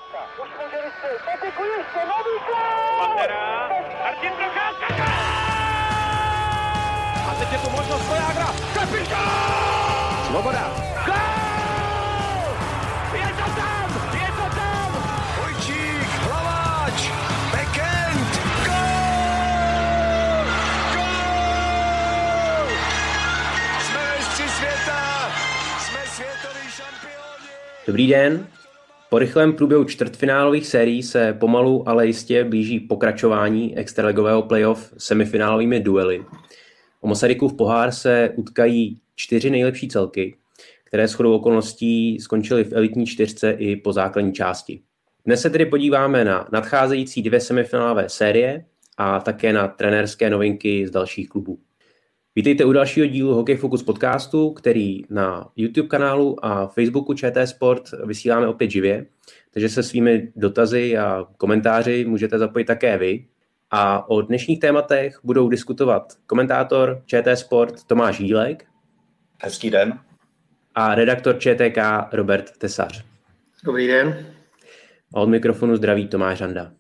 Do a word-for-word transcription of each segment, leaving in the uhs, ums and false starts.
Už může vystřelit, Patiku ještě, nový gól! Pantera, Martin Procházka! A teď je tu možnost Vojágra, kapitán! Svoboda! Gól! Je to tam, je to tam! Vojčík, Hlaváč, Bekend, gól! Gól! Jsme mistři světa, jsme světoví šampioni! Dobrý den. Po rychlém průběhu čtvrtfinálových sérií se pomalu, ale jistě blíží pokračování extraligového playoff semifinálovými duely. O Masarykův pohár se utkají čtyři nejlepší celky, které shodou okolností skončily v elitní čtyřce i po základní části. Dnes se tedy podíváme na nadcházející dvě semifinálové série a také na trenérské novinky z dalších klubů. Vítejte u dalšího dílu Hokej Focus podcastu, který na YouTube kanálu a Facebooku ČT Sport vysíláme opět živě, takže se svými dotazy a komentáři můžete zapojit také vy. A o dnešních tématech budou diskutovat komentátor ČT Sport Tomáš Jílek. Hezký den. A redaktor ČTK Robert Tesař. Dobrý den. A od mikrofonu zdraví Tomáš Randa.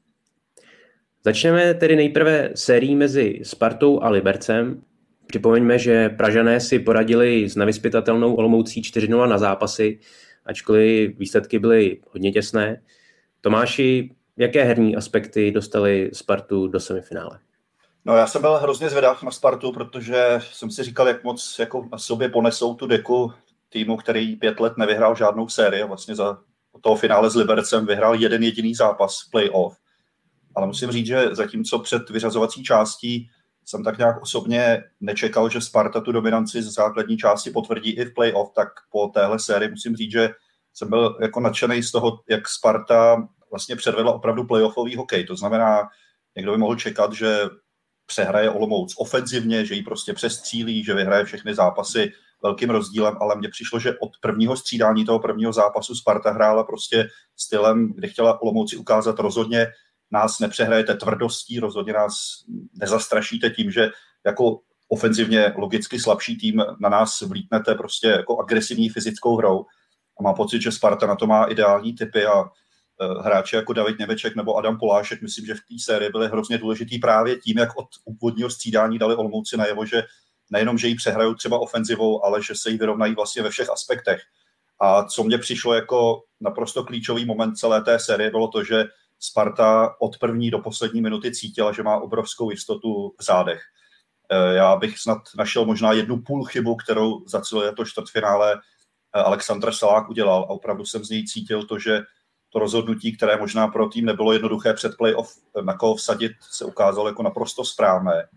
Začneme tedy nejprve sérií mezi Spartou a Libercem. Připomeňme, že Pražané si poradili s nevyzpytatelnou Olomoucí čtyři nula na zápasy, ačkoliv výsledky byly hodně těsné. Tomáši, jaké herní aspekty dostali Spartu do semifinále? No, já jsem byl hrozně zvědav na Spartu, protože jsem si říkal, jak moc jako na sobě ponesou tu deku týmu, který pět let nevyhrál žádnou sérii. Vlastně za toho finále s Libercem vyhrál jeden jediný zápas playoff. Ale musím říct, že zatímco před vyřazovací částí jsem tak nějak osobně nečekal, že Sparta tu dominanci z základní části potvrdí i v playoff, tak po téhle sérii musím říct, že jsem byl jako nadšený z toho, jak Sparta vlastně předvedla opravdu playoffový hokej. To znamená, někdo by mohl čekat, že přehraje Olomouc ofenzivně, že ji prostě přestřílí, že vyhraje všechny zápasy velkým rozdílem, ale mně přišlo, že od prvního střídání toho prvního zápasu Sparta hrála prostě stylem, kdy chtěla Olomouci ukázat rozhodně, nás nepřehrajete tvrdostí, rozhodně nás nezastrašíte tím, že jako ofenzivně logicky slabší tým na nás vlítnete prostě jako agresivní fyzickou hrou. A mám pocit, že Sparta na to má ideální typy a uh, hráči jako David Němeček nebo Adam Polášek, myslím, že v té sérii byly hrozně důležitý právě tím, jak od úvodního střídání dali Olomouci najevo, že nejenom, že ji přehrajou třeba ofenzivou, ale že se jí vyrovnají vlastně ve všech aspektech. A co mně přišlo jako naprosto klíčový moment celé té série, bylo to, že Sparta od první do poslední minuty cítila, že má obrovskou jistotu v zádech. Já bych snad našel možná jednu půl chybu, kterou za celé to čtvrtfinále Alexandr Salák udělal a opravdu jsem z něj cítil to, že to rozhodnutí, které možná pro tým nebylo jednoduché před playoff, na koho vsadit, se ukázalo jako naprosto správné.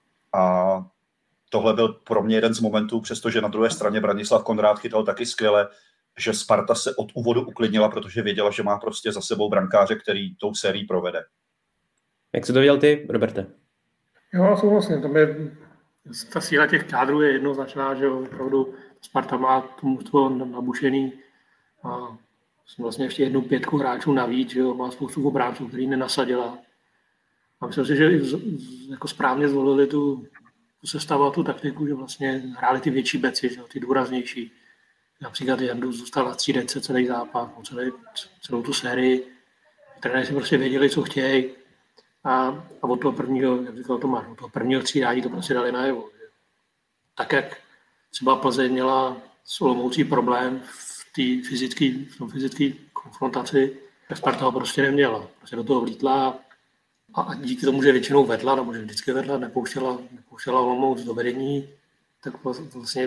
A tohle byl pro mě jeden z momentů, přestože na druhé straně Branislav Konrád chytal taky skvěle, že Sparta se od úvodu uklidnila, protože věděla, že má prostě za sebou brankáře, který tou sérií provede. Jak jsi to viděl ty, Roberte? Jo, souhlasím. Tam je, ta síla těch kádrů je jednoznačná, že opravdu Sparta má to mužstvo nabušený a vlastně ještě jednu pětku hráčů navíc, že jo, má spoustu obránců, který nenasadila. A myslím si, že jako správně zvolili tu, tu sestavu a tu taktiku, že vlastně hráli ty větší beci, že jo, ty důraznější. Například Jandu zůstal na střídečce celý zápas, celý, celou tu sérii. Trenéři si prostě věděli, co chtějí. A, a od toho prvního, jak říkal Tomáš, od toho prvního střídání to prostě dali najevo. Tak jak třeba Plzeň měla s Olomoucí problém v té fyzické fyzické konfrontaci, tak Sparta ho prostě neměla. Prostě do toho vlítla a, a díky tomu, že většinou vedla, nebo že vždycky vedla, nepouštěla, nepouštěla Olomouc do vedení, tak vlastně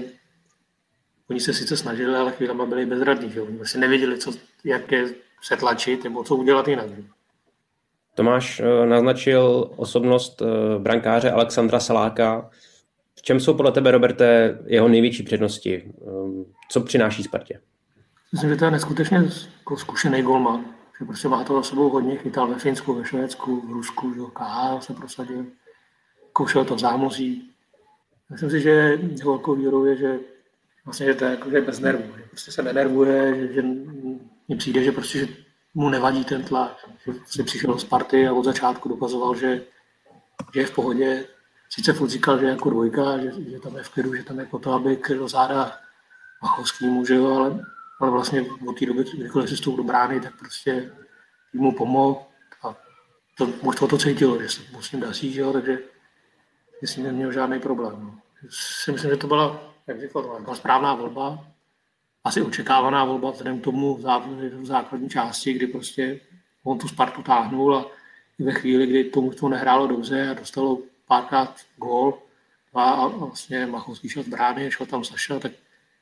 oni se sice snažili, ale chvílema byli bezradní. Že? Oni vlastně nevěděli, co, jak je přetlačit nebo co udělat jinak. Že? Tomáš naznačil osobnost brankáře Alexandra Saláka. V čem jsou podle tebe, Roberte, jeho největší přednosti? Co přináší Spartě? Myslím, že to je neskutečně zkušený golman. Že prostě má to za sebou hodně. Chytal ve Finsku, ve Švédsku, v Rusku, že K H L se prosadil. Koušel to v zámoří. Myslím si, že jeho velkou výhodou je, že vlastně, že to je jako, že bez nervů, že prostě se nenervuje, že, že mně přijde, že prostě že mu nevadí ten tlak, že si přišel do Sparty a od začátku dokazoval, že, že je v pohodě. Sice furt říkal, že je jako dvojka, že, že tam je v klidu, že tam je po to, aby kryl záda Machovskýmu, že jo, ale, ale vlastně od té doby, kdykoliv si stoupil do brány, tak prostě mu pomohl a to, mužstvo to cítilo, že se mu s ním daří, že jo, takže s ním neměl žádný problém. No. Si myslím, že to byla, jak říkal, to byla správná volba, asi očekávaná volba vzhledem k tomu v základní části, kdy prostě on tu Spartu táhnul a i ve chvíli, kdy to mužstvo nehrálo dobře a dostalo párkrát gól a vlastně Machovský šel z brány, šel tam Saša, tak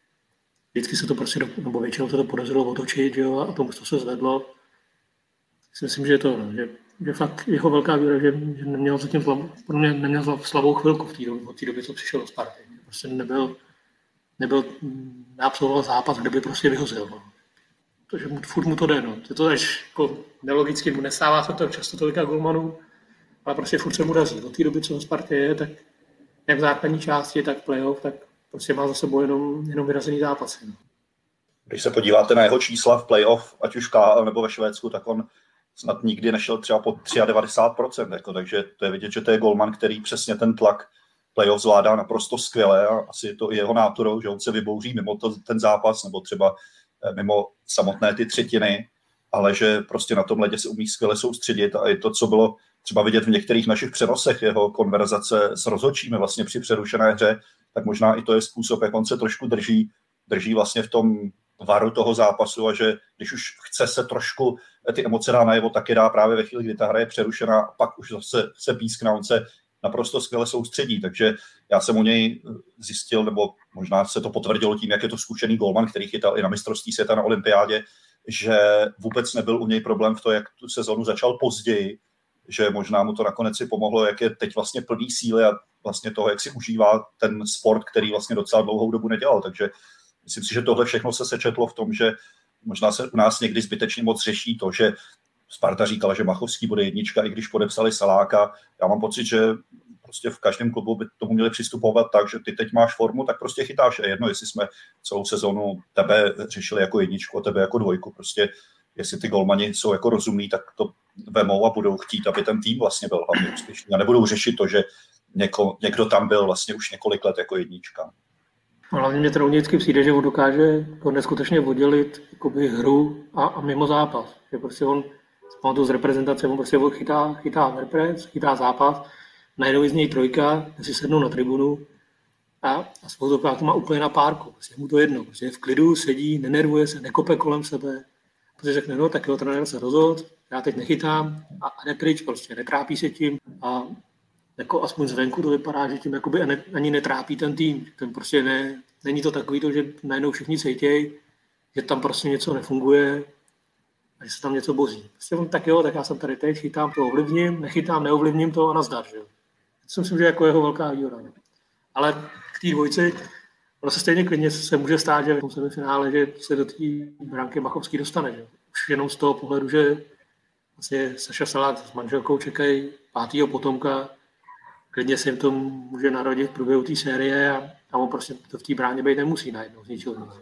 vždycky se to prostě, do, nebo většinou se to podařilo otočit, jo, a to mužstvo se zvedlo. Myslím, že je to, že, že fakt jeho velká výhoda, že, že neměl zatím slabou, pro mě neměl slabou chvilku v té době, od té doby, co přišel do Sparty. Prostě nebyl, nebyl, neabsolvoval zápas, kde by prostě vyhozil. No. Takže mu, furt mu to jde, no. Je to až jako nelogicky, mu nestává se to často tolika golmanů, ale prostě furt se mu daří. Od té doby, co v Spartě je, tak jak v základní části, tak playoff, tak prostě má za sebou jenom, jenom vyrazený zápasy. No. Když se podíváte na jeho čísla v playoff, ať už v K H L nebo ve Švédsku, tak on snad nikdy nešel třeba pod devadesát tři procent. Jako, takže to je vidět, že to je golman, který přesně ten tlak playoff zvládá naprosto skvěle a asi je to i jeho náturou, že on se vybouří mimo to, ten zápas nebo třeba mimo samotné ty třetiny, ale že prostě na tom ledě se umí skvěle soustředit a i to, co bylo třeba vidět v některých našich přenosech, jeho konverzace s rozhodčími vlastně při přerušené hře, tak možná i to je způsob, jak on se trošku drží, drží vlastně v tom varu toho zápasu a že když už chce se trošku ty emoce dá najevo, tak je dá právě ve chvíli, kdy ta hra je přerušená a pak už zase se pískne, on se naprosto skvěle soustředí, takže já jsem u něj zjistil, nebo možná se to potvrdilo tím, jak je to zkušený golman, který chytal i na mistrovství světa na olympiádě, že vůbec nebyl u něj problém v to, jak tu sezonu začal později, že možná mu to nakonec si pomohlo, jak je teď vlastně plný síly a vlastně toho, jak si užívá ten sport, který vlastně docela dlouhou dobu nedělal, takže myslím si, že tohle všechno se sečetlo v tom, že možná se u nás někdy zbytečně moc řeší to, že Sparta říkala, že Machovský bude jednička, i když podepsali Saláka. Já mám pocit, že prostě v každém klubu by tomu měli přistupovat tak, že ty teď máš formu, tak prostě chytáš. A jedno, jestli jsme celou sezonu tebe řešili jako jedničku a tebe jako dvojku. Prostě jestli ty golmani jsou jako rozumní, tak to vemou a budou chtít, aby ten tým vlastně byl hlavně úspěšný. A nebudou řešit to, že něko, někdo tam byl vlastně už několik let jako jednička. Hlavně mě to vždycky přijde, že on dokáže to neskutečně oddělit jakoby hru a, a mimo zápas. Že prostě on z reprezentace, on prostě chytá, chytá repres, chytá zápas, najednou je z něj trojka, si sednou na tribunu a, a svou to má úplně na párku. Prostě mu to jedno, prostě je v klidu, sedí, nenervuje se, nekope kolem sebe. Prostě řekne, no tak jo, trenér se rozhodl, já teď nechytám a, a jde pryč, prostě netrápí se tím a jako aspoň zvenku to vypadá, že tím jakoby ani netrápí ten tým. Ten prostě ne, není to takový to, že najednou všichni cítějí, že tam prostě něco nefunguje a že se tam něco boří. Prostě on tak jo, tak já jsem tady teď, chytám to, ovlivním, nechytám, neovlivním to a nazdar, že jo. To si myslím, že jako jeho velká výhoda. Ale k té dvojci, ono se stejně klidně se může stát, že v tom semifinále, že se do té branky Machovský dostane, že jo. Už jenom z toho pohledu, že vlastně Saša Salák s manželkou čekají pátýho potomka, klidně se jim to může narodit v průběhu té série a, a on prostě to v té bráně být nemusí najednou z ničeho nic.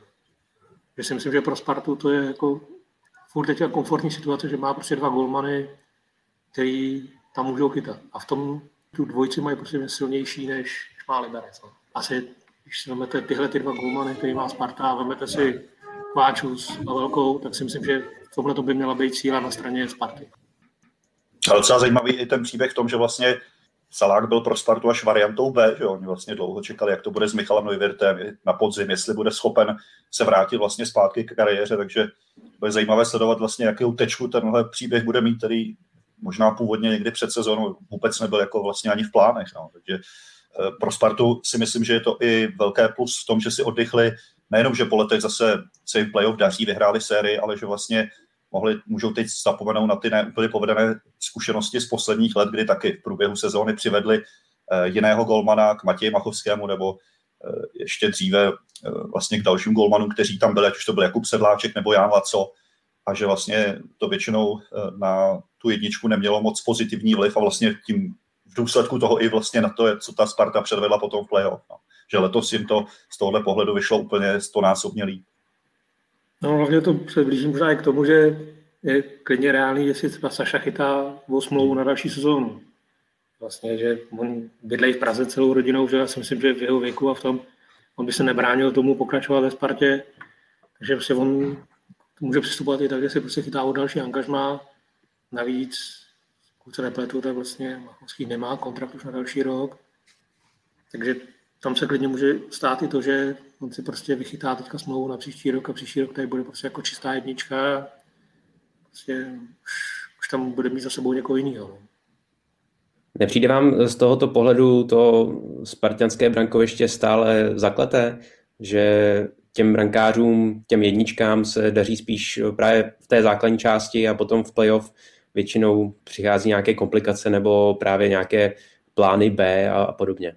Že si myslím, že pro Spartu to je jako furt teď komfortní situace, že má prostě dva golmany, který tam můžou chytat. A v tom tu dvojici mají prostě silnější, než, než má Liberec. No. Asi, když si vezmete tyhle ty dva golmany, který má Sparta, a vezmete si Kváču s Pavelkou, tak si myslím, že v tomhle to by měla být síla na straně Sparty. Ale docela zajímavý i ten příběh v tom, že vlastně Salák byl pro Spartu až variantou B, že oni vlastně dlouho čekali, jak to bude s Michalem Neuwirtem na podzim, jestli bude schopen se vrátit vlastně zpátky k kariéře, takže to je zajímavé sledovat vlastně, jakou tečku tenhle příběh bude mít, který možná původně někdy před sezónou vůbec nebyl jako vlastně ani v plánech. No. Takže pro Spartu si myslím, že je to i velké plus v tom, že si oddychli, nejenom, že po letech zase se jim playoff daří, vyhráli sérii, ale že vlastně mohli, můžou teď zapomenout na ty neúplně povedené zkušenosti z posledních let, kdy taky v průběhu sezóny přivedli jiného golmana k Matěji Machovskému nebo ještě dříve vlastně k dalším golmanům, kteří tam byli, ať už to byl Jakub Sedláček nebo Jan Laco, a že vlastně to většinou na tu jedničku nemělo moc pozitivní vliv a vlastně tím v důsledku toho i vlastně na to, co ta Sparta předvedla potom v playoff. No. Že letos jim to z tohohle pohledu vyšlo úplně stonásobně líp. No hlavně to přiblížím možná i k tomu, že je klidně reálný, jestli třeba Saša chytá o smlouvu na další sezónu. Vlastně, že on bydlejí v Praze celou rodinou, že já si myslím, že v jeho věku a v tom on by se nebránil tomu pokračovat ve Spartě, takže prostě on může přistupovat i tak, že si prostě chytá o další angažmá navíc, pokud se nepletu, tak vlastně Machovský nemá kontrakt už na další rok. Takže tam se klidně může stát i to, že on si prostě vychytá teďka smlouvu na příští rok a příští rok tady bude prostě jako čistá jednička. Prostě už, už tam bude mít za sebou někoho jiného. Nepřijde vám z tohoto pohledu to spartanské brankoviště stále zakleté, že těm brankářům, těm jedničkám se daří spíš právě v té základní části a potom v playoff většinou přichází nějaké komplikace nebo právě nějaké plány B a, a podobně?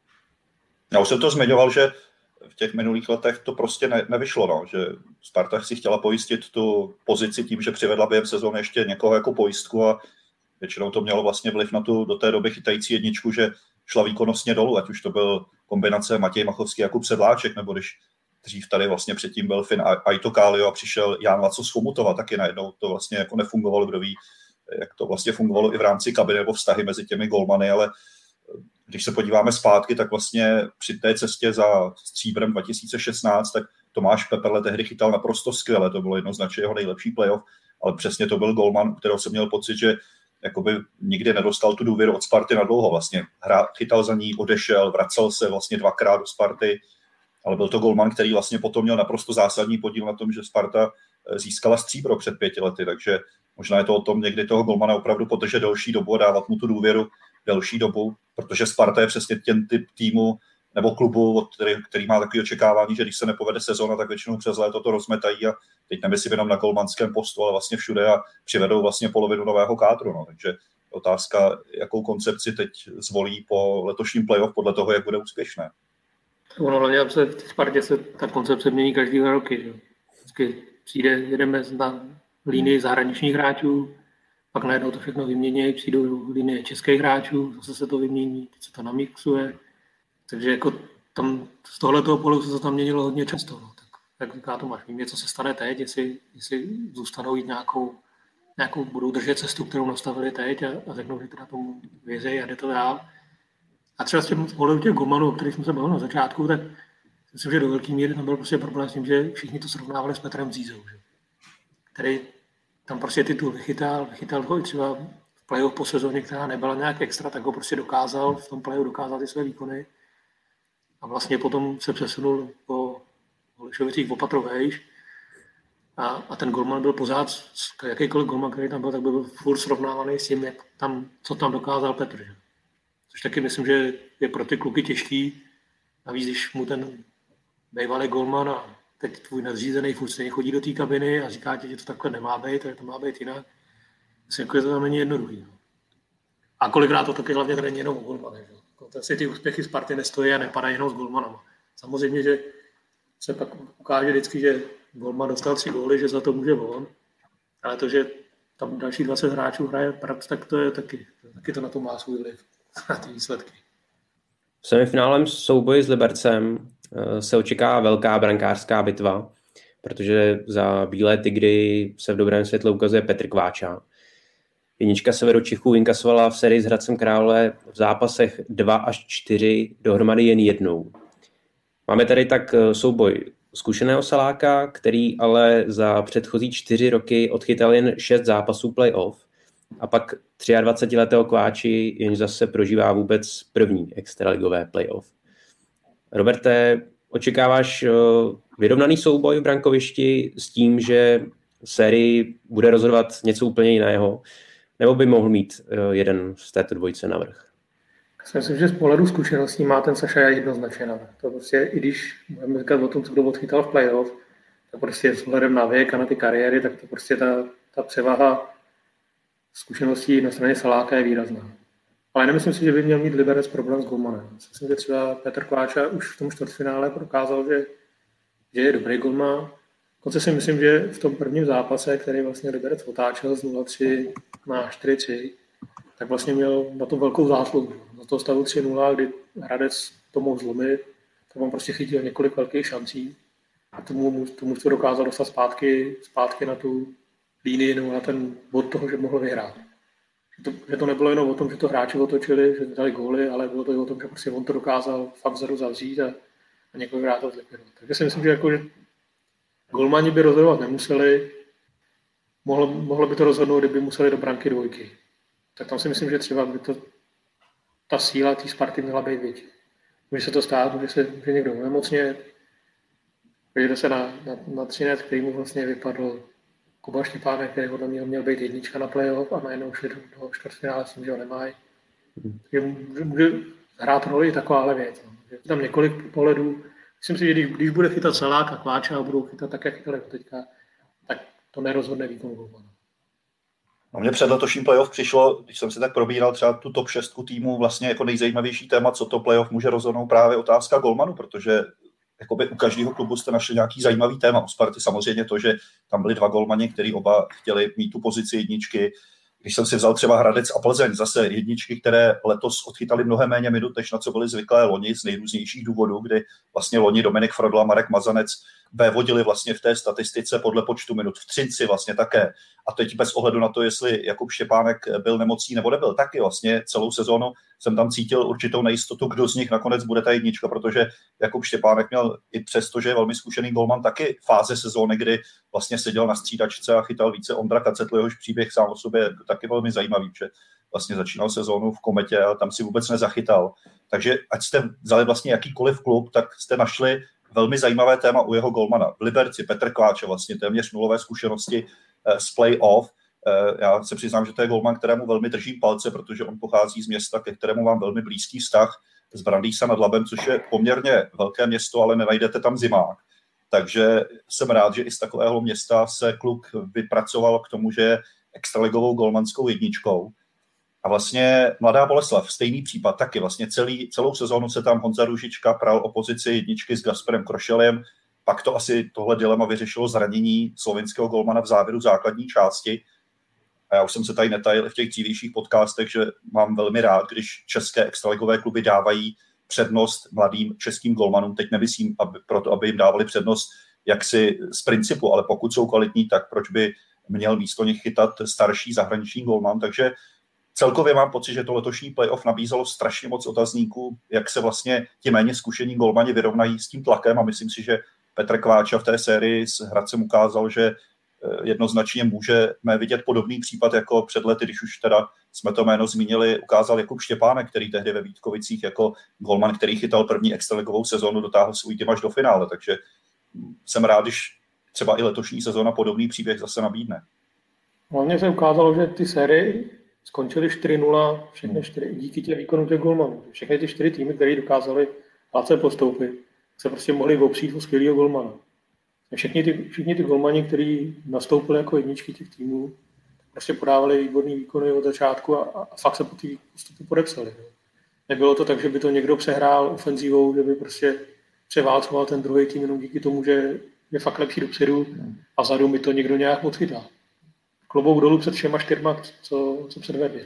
Já už jsem to zmiňoval, že v těch minulých letech to prostě ne, nevyšlo, no, že Sparta si chtěla pojistit tu pozici tím, že přivedla během sezóny ještě někoho jako pojistku a většinou to mělo vlastně vliv na tu do té doby chytající jedničku, že šla výkonnostně dolů, ať už to byl kombinace Matěj Machovský, Jakub Sedláček, nebo když dřív tady vlastně předtím byl Finn Aitokálio a přišel Jan Lacos Chomutova, taky najednou to vlastně jako nefungovalo, kdo ví, jak to vlastně fungovalo i v rámci kabiny nebo vztahy mezi těmi golmany, ale když se podíváme zpátky, tak vlastně při té cestě za stříbrem dva tisíce šestnáct, tak Tomáš Peperle tehdy chytal naprosto skvěle, to bylo jednoznačně jeho nejlepší playoff, ale přesně to byl golman, u kterého jsem měl pocit, že jakoby nikdy nedostal tu důvěru od Sparty na dlouho. Vlastně hra, chytal za ní, odešel, vracel se vlastně dvakrát do Sparty, ale byl to golman, který vlastně potom měl naprosto zásadní podíl na tom, že Sparta získala stříbro před pěti lety, takže možná je to o tom někdy toho golmana opravdu podržet delší dobu a dávat mu tu důvěru delší dobu, protože Sparta je přesně ten typ týmu nebo klubu, který, který má takové očekávání, že když se nepovede sezóna, tak většinou přes léto to rozmetají a teď nemyslím jenom na golmanském postu, ale vlastně všude a přivedou vlastně polovinu nového kádru. No. Takže otázka, jakou koncepci teď zvolí po letošním playoff podle toho, jak bude úspěšné. Ono hlavně se v Spartě se ta koncepce mění každý dva roky. Že? Vždycky přijde, jedeme na línii zahraničních hráčů, pak najednou to všechno vymění, přijdou linie českých hráčů, zase se to vymění, teď se to namixuje. Takže jako tam z tohoto pohledu se to tam měnilo hodně často. No. Tak jak říká Tomáš, vím, co se stane teď, jestli, jestli zůstanou jít nějakou, nějakou, budou držet cestu, kterou nastavili teď a, a řeknou, že teda tomu vězejí a jde to dál. A třeba s tím pohledu těch golmanů, o kterých jsme se bavili na začátku, tak myslím, že do velké míry tam byl prostě problém s tím, že všichni to srovnávali s Petrem Zízou, že? Který tam prostě titul vychytal, vychytal ho i třeba v playoff po sezóně, která nebyla nějak extra, tak ho prostě dokázal, v tom playoff dokázal ty své výkony. A vlastně potom se přesunul po Holešovicích Opatrovejš a, a ten golman byl pořád, jakýkoliv golman, který tam byl, tak byl furt srovnávaný s tím, jak tam, co tam dokázal Petr. Že? Což taky myslím, že je pro ty kluky těžký. Navíc, když mu ten bývalý golman a teď tvůj nadřízený furt stejně chodí do té kabiny a říká ti, že to takhle nemá být, že to má být jinak. Myslím, jako je to tam není jednoduchý. No. A kolikrát to taky hlavně není jenom o golmanech. Si ty úspěchy Sparty nestojí a nepadají jenom s golmanama. Samozřejmě, že se pak ukáže vždycky, že golman dostal tři góly, že za to může on, ale to, že tam další dvacet hráčů hraje prac, tak to je taky, taky to na to má svůj vliv, na ty výsledky. V semifinálem souboji s Libercem se očeká velká brankářská bitva, protože za Bílé tygry se v dobrém světle ukazuje Petr Kváča. Jednička Severočichů inkasovala v sérii s Hradcem Králové v zápasech dva až čtyři dohromady jen jednou. Máme tady tak souboj zkušeného Saláka, který ale za předchozí čtyři roky odchytal jen šest zápasů playoff a pak dvacetiletého Kváči, jenž zase prožívá vůbec první extraligové playoff. Roberte, očekáváš vyrovnaný souboj v brankovišti s tím, že sérii bude rozhodovat něco úplně jiného? Nebo by mohl mít jeden z této dvojice navrch? Já myslím, že z pohledu zkušeností má ten Saša jednoznačně navrch. To prostě, i když budeme říkat o tom, co kdo odchytal v playoff, tak prostě s ohledem na věk a na ty kariéry, tak to prostě ta, ta převaha zkušeností na straně Saláka je výrazná. Ale nemyslím si, že by měl mít Liberec problém s golmanem. Myslím, že třeba Petr Kváča už v tom čtvrtfinále prokázal, že, že je dobrý golman. Dokonce si myslím, že v tom prvním zápase, který vlastně Liberec otáčel z nula tři na čtyři tři, tak vlastně měl na to velkou zásluhu. Na toho stavu tři nula, kdy Hradec to mohl zlomit, tak on prostě chytil několik velkých šancí a tomu, tomu to dokázal dostat zpátky, zpátky na tu línii nebo na ten bod toho, že mohl vyhrát. Že to, že to nebylo jenom o tom, že to hráči otočili, že dali góly, ale bylo to i o tom, že prostě on to dokázal fakt vzadu zavřít a, a několikrát to zlikvidovat. Takže si myslím, že jako, že golmani by rozhodovat nemuseli. mohlo, mohlo by to rozhodnout, kdyby museli do branky dvojky. Tak tam si myslím, že třeba by to, ta síla té Sparty měla být větší. Může se to stát, může se může někdo nemocně, Vyjde se na, na, na třinec, který mu vlastně vypadl Kuba Štěpánek, který hodně měl, měl být jednička na playoff a najednou šli do, do čtvrtfinále s tím, že ho nemají. Takže může, může hrát roli takováhle věc. No. Je tam několik pohledů. Myslím si, že když, když bude chytat Salák a Kváča a budou chytat tak, jak chytali teďka, tak to nerozhodne výkon golmana. No mně před letošním playoff přišlo, když jsem si tak probíral třeba tu top šestku týmu, vlastně jako nejzajímavější téma, co to playoff může rozhodnout, právě otázka golmanu, protože jakoby u každého klubu jste našli nějaký zajímavý téma. U Sparty samozřejmě to, že tam byli dva golmani, kteří oba chtěli mít tu pozici jedničky. Když jsem si vzal třeba Hradec a Plzeň, zase jedničky, které letos odchytali mnohem méně minut, než na co byly zvyklé loni z nejrůznějších důvodů, kdy vlastně loni Dominik Frodl a Marek Mazanec vévodili vlastně v té statistice podle počtu minut, v Třinci vlastně také. A teď bez ohledu na to, jestli Jakub Štěpánek byl nemocný nebo nebyl, taky vlastně celou sezónu jsem tam cítil určitou nejistotu, kdo z nich nakonec bude ta jednička, protože Jakub Štěpánek měl i přesto, že je velmi zkušený golman, taky fáze sezóny, kdy vlastně seděl na střídačce a chytal více Ondra Kacetl, jehož příběh sám o sobě je taky velmi zajímavý, že vlastně začínal sezónu v Kometě a tam si vůbec nezachytal. Takže ať jste vzali vlastně jakýkoliv klub, tak jste našli velmi zajímavé téma u jeho golmana. V Liberci Petr Kváča, vlastně téměř nulové zkušenosti z play-off. Já se přiznám, že to je golman, kterému velmi držím palce, protože on pochází z města, ke kterému mám velmi blízký vztah, z Brandýsa nad Labem, což je poměrně velké město, ale nenajdete tam zimák. Takže jsem rád, že i z takového města se kluk vypracoval k tomu, že je extraligovou golmanskou jedničkou. A vlastně Mladá Boleslav, stejný případ taky. Vlastně celý, celou sezónu se tam Honza Růžička pral o pozici jedničky s Gasperem Krošelem. Pak to asi tohle dilema vyřešilo zranění slovinského golmana v závěru základní části. A já už jsem se tady netajil i v těch dřívějších podcastech, že mám velmi rád, když české extraligové kluby dávají přednost mladým českým golmanům. Teď nemyslím aby, proto, aby jim dávali přednost jaksi z principu, ale pokud jsou kvalitní, tak proč by měl místo nich chytat starší zahraniční golman. Takže celkově mám pocit, že to letošní playoff nabízelo strašně moc otazníků, jak se vlastně ti méně zkušení golmani vyrovnají s tím tlakem a myslím si, že Petr Kváča v té sérii s Hradcem ukázal, že jednoznačně můžeme vidět podobný případ jako před lety, když už teda jsme to jméno zmínili, ukázal Jakub Štěpánek, který tehdy ve Vítkovicích jako golman, který chytal první extraligovou sezónu, dotáhl svůj tým až do finále, takže jsem rád, když třeba i letošní sezóna podobný příběh zase nabídne. Hlavně se ukázalo, že ty série skončily čtyři nula, všechny čtyři, díky těm výkonům těch golmanů. Všechny ty čtyři týmy, které dokázali hladce postoupit, se prostě mohli opřít o skvělýho golmana. Všichni ty, všichni ty golmani, kteří nastoupili jako jedničky těch týmů, prostě podávali výborný výkony od začátku a, a fakt se po té postupu podepsali. Nebylo to tak, že by to někdo přehrál ofenzívou, že by prostě převálcoval ten druhý tým jenom díky tomu, že je fakt lepší dopředu a vzadu mi to někdo nějak moc chytá. Klobouk dolů před všema čtyřma, co, co předvedli.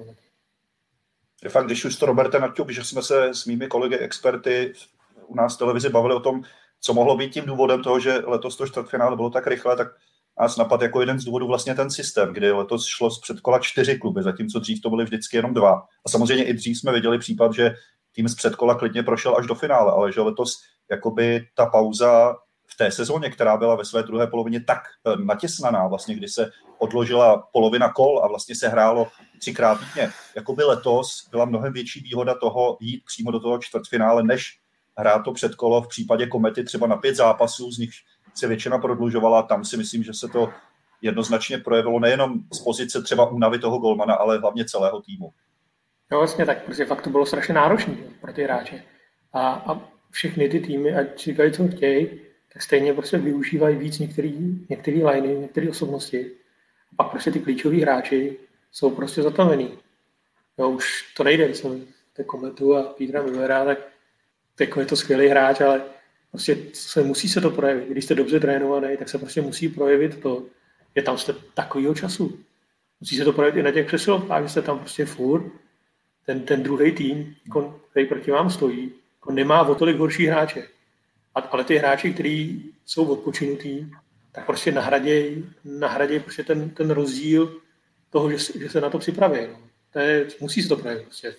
Je fakt, když už to, Roberte, naťuk, že jsme se s mými kolegy experty u nás v televizi bavili o tom, co mohlo být tím důvodem toho, že letos to čtvrtfinále bylo tak rychle, tak nás napadl jako jeden z důvodů vlastně ten systém, kdy letos šlo z předkola čtyři kluby, zatímco dřív to byly vždycky jenom dva. A samozřejmě i dřív jsme viděli případ, že tým z předkola klidně prošel až do finále, ale že letos jakoby ta pauza v té sezóně, která byla ve své druhé polovině tak natěsnaná, vlastně, kdy se odložila polovina kol a vlastně se hrálo třikrát týdně, jakoby letos byla mnohem větší výhoda toho jít přímo do toho čtvrtfinále, než hrát to předkolo v případě Komety třeba na pět zápasů, z nich se většina prodlužovala. Tam si myslím, že se to jednoznačně projevilo nejenom z pozice třeba únavy toho golmana, ale hlavně celého týmu. Jo, vlastně tak, protože fakt to bylo strašně náročné pro ty hráče. A, a všechny ty týmy, ať říkají, co chtějí, tak stejně prostě využívají víc některý, některý liney, některé osobnosti. A pak prostě ty klíčoví hráči jsou prostě zatavený. Jo, už to nejde, jsem té Kometu a Petra Millera, tak jako je to skvělý hráč, ale prostě se, musí se to projevit. Když jste dobře trénovaný, tak se prostě musí projevit to, že tam jste takovýho času. Musí se to projevit i na těch přesilovkách, že jste tam prostě furt. Ten, ten druhý tým, který proti vám stojí, nemá o tolik horší hráče. A, ale ty hráči, kteří jsou odpočinutí, tak prostě nahradějí nahraděj prostě ten, ten rozdíl toho, že, že se na to připraví. No. To je, musí se to projevit. Prostě.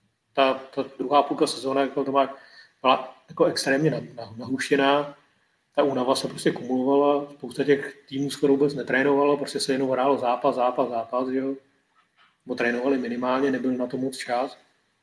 Ta, ta druhá půlka sezóna, jako to má byla jako extrémně nahuštěná ta únava se prostě kumulovala, spousta těch týmů skoro vůbec netrénovalo, prostě se jenom hrálo zápas, zápas, zápas, jo. Bo trénovali minimálně, nebyl na to moc čas.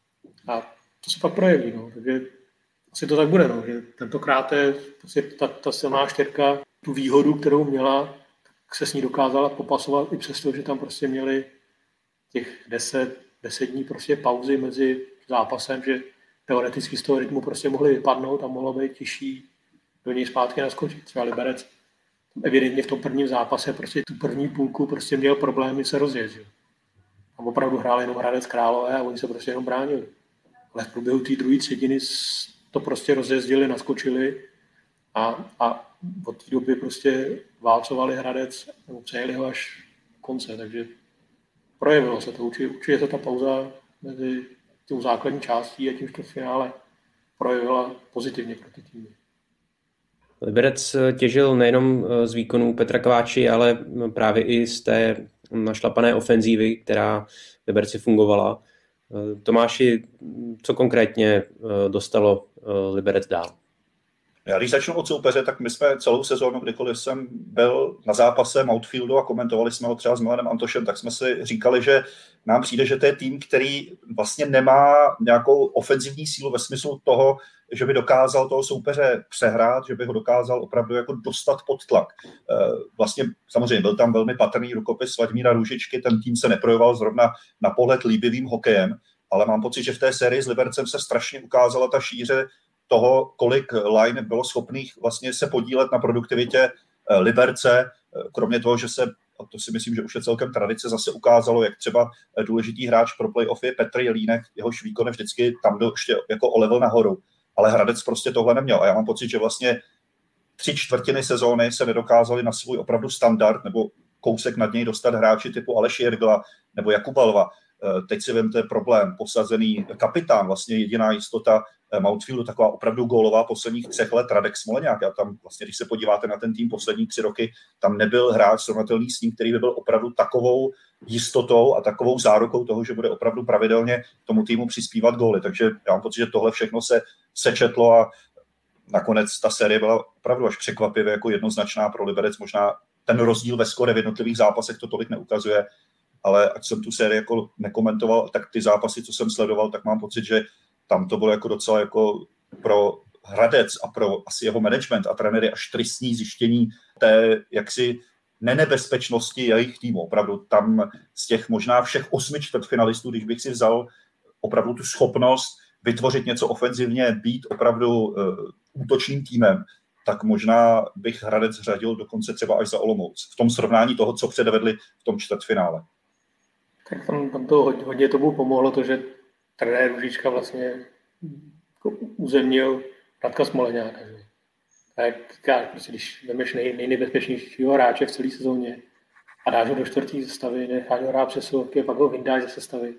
A to se pak projeví, no. Takže asi to tak bude, no. Že tentokrát je prostě ta, ta silná čtyřka, tu výhodu, kterou měla, tak se s ní dokázala popasovat i přesto, že tam prostě měli těch deset, deset dní prostě pauzy mezi zápasem, že teoreticky z toho rytmu prostě mohli vypadnout a mohlo být těžší do něj zpátky naskočit. Třeba Liberec evidentně v tom prvním zápase prostě tu první půlku prostě měl problémy se rozjet. Že? Tam opravdu hrál jenom Hradec Králové a oni se prostě jenom bránili. Ale v průběhu té druhé třetiny to prostě rozjezdili, naskočili a, a od té doby prostě válcovali Hradec nebo přejeli ho až do konce. Takže projevilo se to. Určitě se ta pauza mezi tou základní částí a tím čtvrtfinále projevila pozitivně pro ty týmy. Liberec těžil nejenom z výkonů Petra Kváči, ale právě i z té našlapané ofenzívy, která v Liberci fungovala. Tomáši, co konkrétně dostalo Liberec dál? Já když začnu od soupeře, tak my jsme celou sezónu, kdykoliv jsem byl na zápase Mountfieldu a komentovali jsme ho třeba s Milanem Antošem, tak jsme si říkali, že nám přijde, že to je tým, který vlastně nemá nějakou ofenzivní sílu ve smyslu toho, že by dokázal toho soupeře přehrát, že by ho dokázal opravdu jako dostat pod tlak. Vlastně samozřejmě byl tam velmi patrný rukopis Vladimíra Růžičky, ten tým se neprojevoval zrovna na pohled líbivým hokejem, ale mám pocit, že v té sérii s Libercem se strašně ukázala ta šíře toho, kolik line bylo schopných vlastně se podílet na produktivitě Liberce, kromě toho, že se, a to si myslím, že už je celkem tradice, zase ukázalo, jak třeba důležitý hráč pro playoff je Petr Jelínek, jehož výkon je vždycky tam byl ještě jako o level nahoru, ale Hradec prostě tohle neměl a já mám pocit, že vlastně tři čtvrtiny sezóny se nedokázali na svůj opravdu standard nebo kousek nad něj dostat hráči typu Aleši Jirgla nebo Jakub Balva. Teď si vemte problém, posazený kapitán, vlastně jediná jistota Mountfieldu, taková opravdu gólová posledních třech let, Radek Smoleňák. Já tam vlastně, když se podíváte na ten tým poslední tři roky, tam nebyl hráč srovnatelný s ním, který by byl opravdu takovou jistotou a takovou zárukou toho, že bude opravdu pravidelně tomu týmu přispívat góly. Takže já mám pocit, že tohle všechno se sečetlo a nakonec ta série byla opravdu až překvapivě jako jednoznačná pro Liberec. Možná ten rozdíl ve skore v jednotlivých zápasech to tolik neukazuje, ale ať jsem tu sérii jako nekomentoval, tak ty zápasy, co jsem sledoval, tak mám pocit, že tam to bylo jako docela jako pro Hradec a pro asi jeho management a trenéry až tristní zjištění té jaksi nenebezpečnosti jejich týmu. Opravdu tam z těch možná všech osmi čtvrtfinalistů, když bych si vzal opravdu tu schopnost vytvořit něco ofenzivně, být opravdu uh, útočným týmem, tak možná bych Hradec řadil dokonce třeba až za Olomouc. V tom srovnání toho, co předvedli v tom čtvrtfinále. Tak tam, tam to hodně, hodně tomu pomohlo to, že trenér Růžička vlastně jako uzemnil Radka Smoleňáka. Že? Tak říkáš, prostě, když vemeš nej, nejnebezpečnějšího hráče v celé sezóně a dáš ho do čtvrtý sestavy, necháš ho hrát přesilovky a pak ho vyndáš ze sestavy,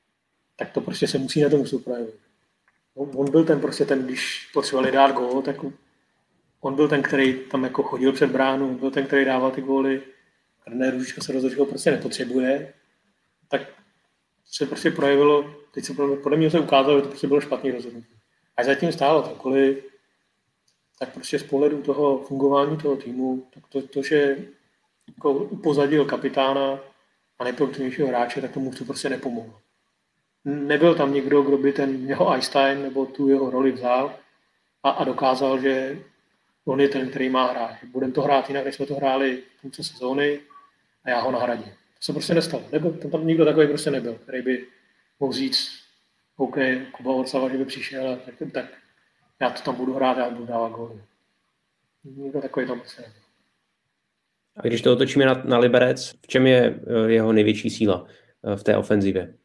tak to prostě se musí na tom projevit. On, on byl ten prostě ten, když potřebovali dát gól, tak on byl ten, který tam jako chodil před bránu, byl ten, který dával ty góly. Trenér Růžička se rozhodl, že ho prostě nepotřebuje, tak se prostě projevilo, teď se podle mě se ukázalo, že to prostě bylo špatný rozhodnutí. A zatím stálo cokoliv, tak prostě z pohledu toho fungování toho týmu, tak to, to že jako upozadil kapitána a nejproduktivnějšího hráče, tak tomu to prostě nepomohlo. Nebyl tam někdo, kdo by ten jeho Einstein nebo tu jeho roli vzal a, a dokázal, že on je ten, který má hrát. Budeme to hrát jinak, než jsme to hráli v půlce sezóny a já ho nahradím. To se prostě nestalo. Nebyl, tam, tam nikdo takový prostě nebyl, který by mohl říct, OK, Kuba Orcava, že by přišel a tak, tak já to tam budu hrát, já budu dávat góly. Nikdo takový tam prostě nebyl. A když to otočíme na, na Liberec, v čem je jeho největší síla v té ofenzivě?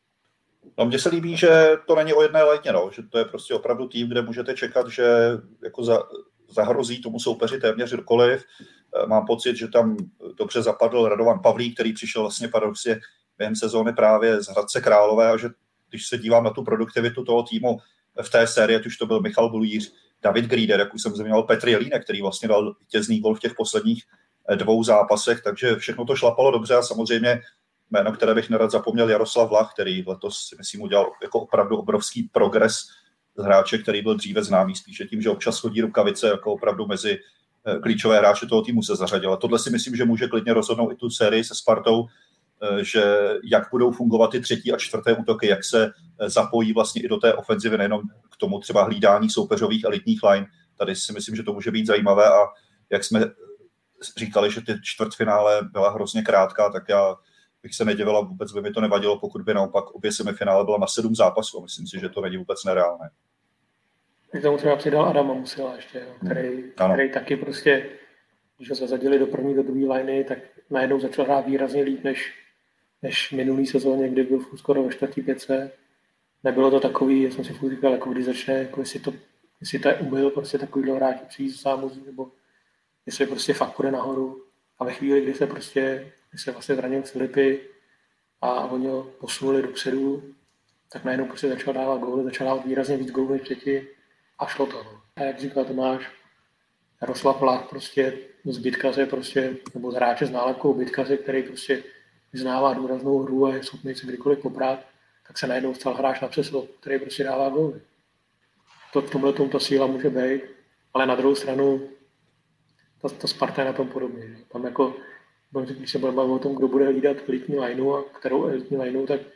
No, mně se líbí, že to není o jedné létě, no. Že to je prostě opravdu tým, kde můžete čekat, že jako za, zahrozí tomu soupeři téměř kdokoliv. Mám pocit, že tam dobře zapadl Radovan Pavlík, který přišel vlastně paradoxně během sezóny právě z Hradce Králové a že když se dívám na tu produktivitu toho týmu v té sérii, ať už to byl Michal Bulíř, David Grieder, jak už jsem zmiňoval, Petr Jelínek, který vlastně dal vítězný gol v těch posledních dvou zápasech, takže všechno to šlapalo dobře a samozřejmě jméno, které bych nerad zapomněl, Jaroslav Vlach, který letos si myslím udělal jako opravdu obrovský progres z hráče, který byl dříve známý spíše tím, že občas chodí rukavice jako opravdu mezi klíčové hráče toho týmu se zařadil. A tohle si myslím, že může klidně rozhodnout i tu sérii se Spartou, že jak budou fungovat ty třetí a čtvrté útoky, jak se zapojí vlastně i do té ofenzivy, nejenom k tomu třeba hlídání soupeřových elitních line. Tady si myslím, že to může být zajímavé a jak jsme říkali, že ty čtvrtfinále byla hrozně krátká, tak já bych se nedivila, vůbec by mi to nevadilo, pokud by naopak obě semifinále byla na sedm zápasů. Myslím si, že to není vůbec nereálné. K tomu třeba přidal Adama Musila ještě, jo, který, hmm. který taky prostě, když ho zazadili do první, do druhé liney, tak najednou začal hrát výrazně líp, než, než minulý sezóně, kdy byl skoro ve čtvrtý pětce. Nebylo to takový, já jsem si furt říkal, jako když začne, jako jestli to, jestli to je ubyl, prostě takovýhle hráč přijít sám, nebo jestli prostě fakt půjde nahoru. A ve chvíli, kdy se prostě, kdy se vlastně zranil Filipy a oni ho posunuli dopředu, tak najednou prostě začal dávat góly, začal dávat výrazně víc gólů než předtím a šlo to. No. A jak říkal Tomáš, Jaroslav Lach prostě z Bytkaře prostě, nebo z hráče s nálepkou Bytkaře, který prostě vyznává důraznou hru a je schopný se kdykoliv poprát, tak se najednou stal hráč na přeslov, který prostě dává góly. To v tomhle tom ta síla může být, ale na druhou stranu ta, ta Sparta je na tom podobně. Že? Tam jako, když se budeme bavit o tom, kdo bude hlídat elitní lineu a kterou elitní lineu, tak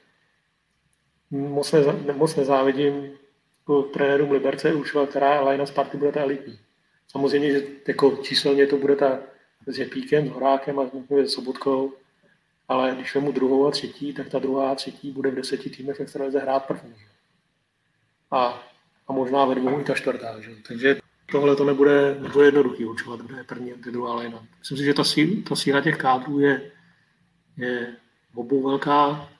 moc, neza, moc nezávidím jako trenérům Liberce Uršova, která linea Sparty bude ta elitní. Samozřejmě, že jako číselně to bude ta s Jepíkem, s Horákem a s Sobotkou, ale když vemu druhou a třetí, tak ta druhá a třetí bude v deseti týmech v extralize hrát první. A, a možná ve dvou i ta čtvrtá. Že? Takže tohle to nebude, nebude jednoduchý určovat, kde je první a druhá linea. Myslím si, že ta síla, ta síla těch kádrů je, je obou velká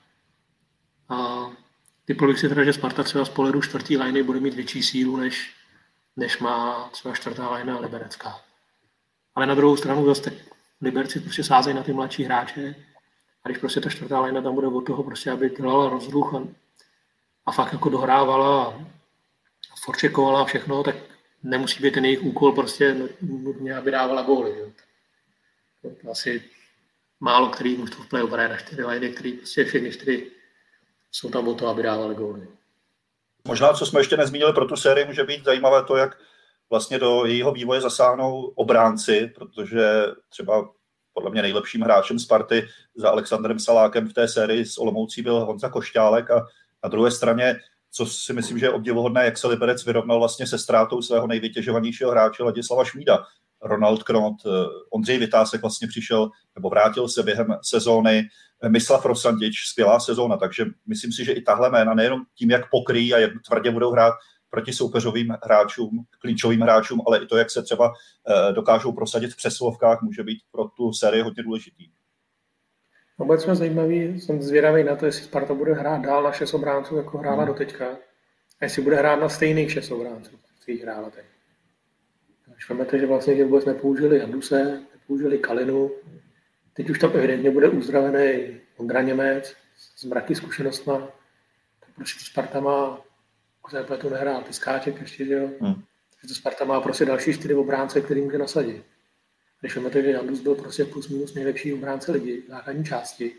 a typl bych si teda, že Sparta třeba z pohledu čtvrtý liney bude mít větší sílu, než, než má třeba čtvrtá linea liberecká. Ale na druhou stranu zase Liberci prostě sázejí na ty mladší hráče a když prostě ta čtvrtá linea tam bude od toho prostě, aby dělala rozruch a, a fakt jako dohrávala a forčekovala všechno, tak nemusí být ten jejich úkol prostě nutně, aby dávala góly. To, to asi málo který mužstvo v play-off hraje na čtyři liney, který prostě všechny čtyři jsou tam o to, aby dávali góly. Možná, co jsme ještě nezmínili pro tu sérii, může být zajímavé to, jak vlastně do jejího vývoje zasáhnou obránci, protože třeba podle mě nejlepším hráčem Sparty za Alexandrem Salákem v té sérii s Olomoucí byl Honza Košťálek a na druhé straně, co si myslím, že je obdivuhodné, jak se Liberec vyrovnal vlastně se ztrátou svého nejvytěžovanějšího hráče Ladislava Šmída. Ronald Knot, Ondřej Vytásek vlastně přišel, nebo vrátil se během sezóny, Mislav Rosandič, skvělá sezóna, takže myslím si, že i tahle jména, nejenom tím, jak pokryjí a jak tvrdě budou hrát proti soupeřovým hráčům, klíčovým hráčům, ale i to, jak se třeba dokážou prosadit v přesilovkách, může být pro tu sérii hodně důležitý. Obecně zajímavý, jsem zvědavý na to, jestli Sparta bude hrát dál na šest obránců, jako hrála hmm. doteďka, a jestli bude hrát na stejných šest obránců, kterých hrála teď. Když vemete, že vlastně že vůbec nepoužili Janduse, nepoužili Kalinu, teď už tam evidentně bude uzdravený Ondra Němec s mraky zkušenostma, tak prostě Sparta má, jako se tu nehrál, ty Skáček ještě, že jo, hmm. takže Sparta má prostě další čtyři obránce, který může nasadit. Když vemete, že Jandus byl prostě plus minus nejlepší obránce ligy v základní části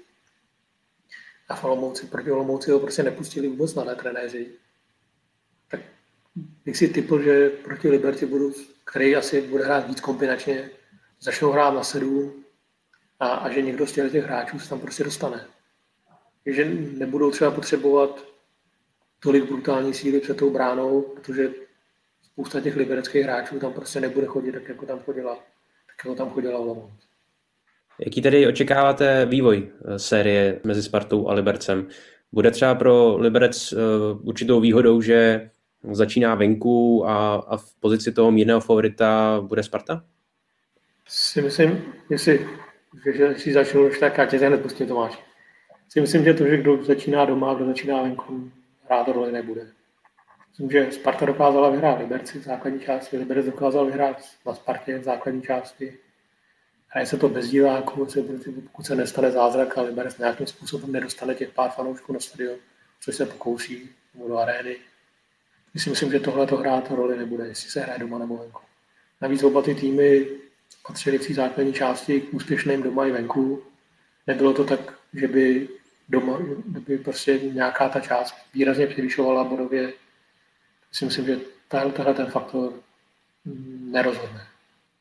a v Olomouci, proti Olomouci ho prostě nepustili vůbec na trenéři, tak bych si typl, že proti Liberci budu, který asi bude hrát víc kombinačně, začnou hrát na sedm a, a že někdo z těch hráčů se tam prostě dostane. Takže nebudou třeba potřebovat tolik brutální síly před tou bránou, protože spousta těch libereckých hráčů tam prostě nebude chodit tak, jako tam chodila, tak jako tam chodila Olomouc. Jaký tedy očekáváte vývoj série mezi Spartou a Libercem? Bude třeba pro Liberec určitou výhodou, že začíná venku a, a v pozici toho mírného favorita bude Sparta? Si myslím, jestli, že, že si začnu už tak, já tě hned pustím, Tomáš. Si myslím, že to, že kdo začíná doma, kdo začíná venku, hrát roli nebude. Myslím, že Sparta dokázala vyhrát Liberci v základní části, Liberec dokázal vyhrát na Spartě v základní části. Hraje se to bez diváků, pokud se nestane zázrak a Liberec nějakým způsobem nedostane těch pár fanoušků na stadion, což se pokouší do arény. Myslím, že tohle to hrát roli nebude, jestli se hraje doma nebo venku. Navíc oba ty týmy patřily v základní části k úspěšným doma i venku. Nebylo to tak, že by doma, by prostě nějaká ta část výrazně převyšovala bodově. Myslím, že tahle ten faktor nerozhodne.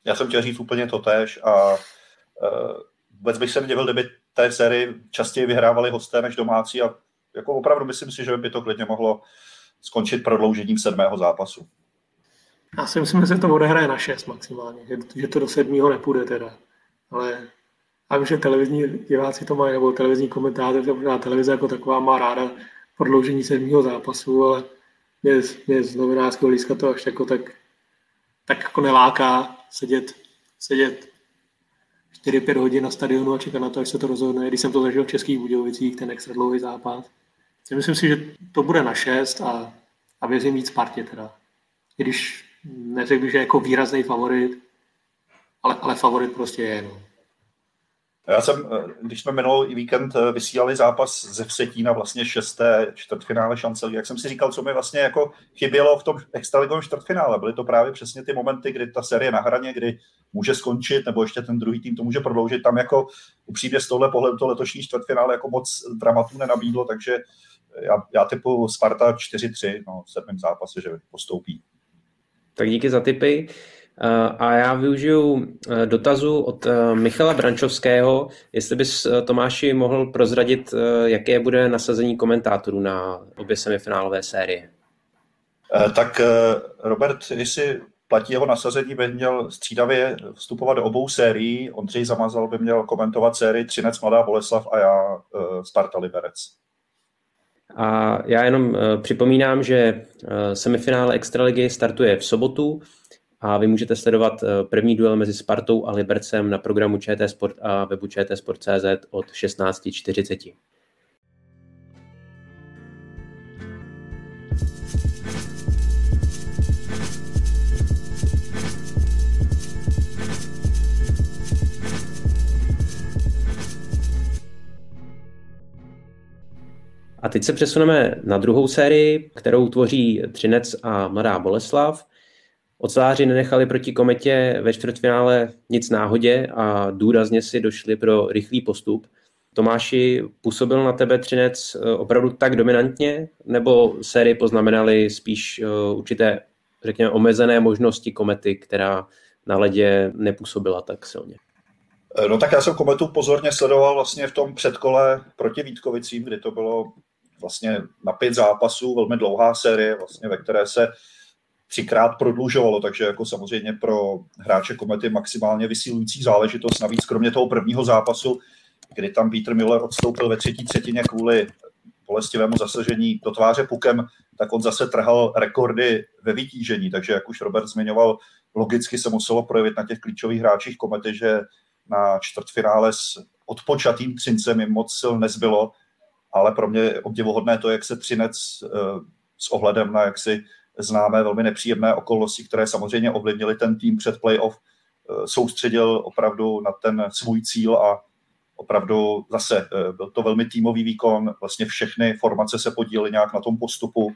Já jsem chtěl říct úplně totéž a uh, vůbec bych se nedivil, kdyby té sérii častěji vyhrávali hosté než domácí a jako opravdu myslím si, že by to klidně mohlo skončit prodloužením sedmého zápasu. Já si myslím, že se to odehraje na šest maximálně, že, že to do sedmého nepůjde teda. Ale a vím, že televizní diváci to mají, nebo televizní komentátoři, protože televize jako taková má ráda prodloužení sedmého zápasu, ale mě, mě z novinářského lístka to až jako tak, tak jako neláká sedět, sedět čtyři pět hodin na stadionu a čekat na to, až se to rozhodne. Když jsem to zažil v Českých Budějovicích, ten extra dlouhý zápas. Myslím si, že to bude na šest a, a věřím víc Spartě teda. I když neřekl bych, že jako výrazný favorit, ale, ale favorit prostě je. No. Já jsem, když jsme minulý víkend vysílali zápas ze Vsetína, vlastně šesté čtvrtfinále šance, jak jsem si říkal, co mi vlastně jako chybělo v tom extraligovém čtvrtfinále. Byly to právě přesně ty momenty, kdy ta série na hraně, kdy může skončit, nebo ještě ten druhý tým to může prodloužit. Tam jako upřímně z tohle pohledu to letošní čtvrtfinále jako moc dramatů nenabídlo, takže já, já typu Sparta čtyři tři, no, v sedmém zápase, že postoupí. Tak díky za tipy. A já využiju dotazu od Michala Brančovského, jestli bys, Tomáši, mohl prozradit, jaké bude nasazení komentátorů na obě semifinálové série. Tak Robert, jestli platí jeho nasazení, by měl střídavě vstupovat do obou sérií. Ondřej Zamazal by měl komentovat sérii Třinec Mladá Boleslav a já Sparta Liberec. A já jenom připomínám, že semifinále Extraligy startuje v sobotu a vy můžete sledovat první duel mezi Spartou a Libercem na programu ČT Sport a webu čtsport tečka cz od šestnáct čtyřicet. A teď se přesuneme na druhou sérii, kterou tvoří Třinec a Mladá Boleslav. Oceláři nenechali proti Kometě ve čtvrtfinále nic náhodě a důrazně si došli pro rychlý postup. Tomáši, působil na tebe Třinec opravdu tak dominantně, nebo sérii poznamenali spíš určité, řekněme, omezené možnosti Komety, která na ledě nepůsobila tak silně? No tak já jsem Kometu pozorně sledoval vlastně v tom předkole proti Vítkovicím, kdy to bylo vlastně na pět zápasů, velmi dlouhá série, vlastně, ve které se třikrát prodlužovalo, takže jako samozřejmě pro hráče Komety maximálně vysílující záležitost. Navíc kromě toho prvního zápasu, kdy tam Peter Müller odstoupil ve třetí třetině kvůli bolestivému zasažení do tváře pukem, tak on zase trhal rekordy ve vytížení, takže jak už Robert zmiňoval, logicky se muselo projevit na těch klíčových hráčích Komety, že na čtvrtfinále s odpočatým Třincem jim moc sil nezbylo, ale pro mě je obdivuhodné to, jak se Třinec s ohledem na jaksi známé velmi nepříjemné okolnosti, které samozřejmě ovlivnily ten tým před playoff, soustředil opravdu na ten svůj cíl a opravdu zase byl to velmi týmový výkon, vlastně všechny formace se podílely nějak na tom postupu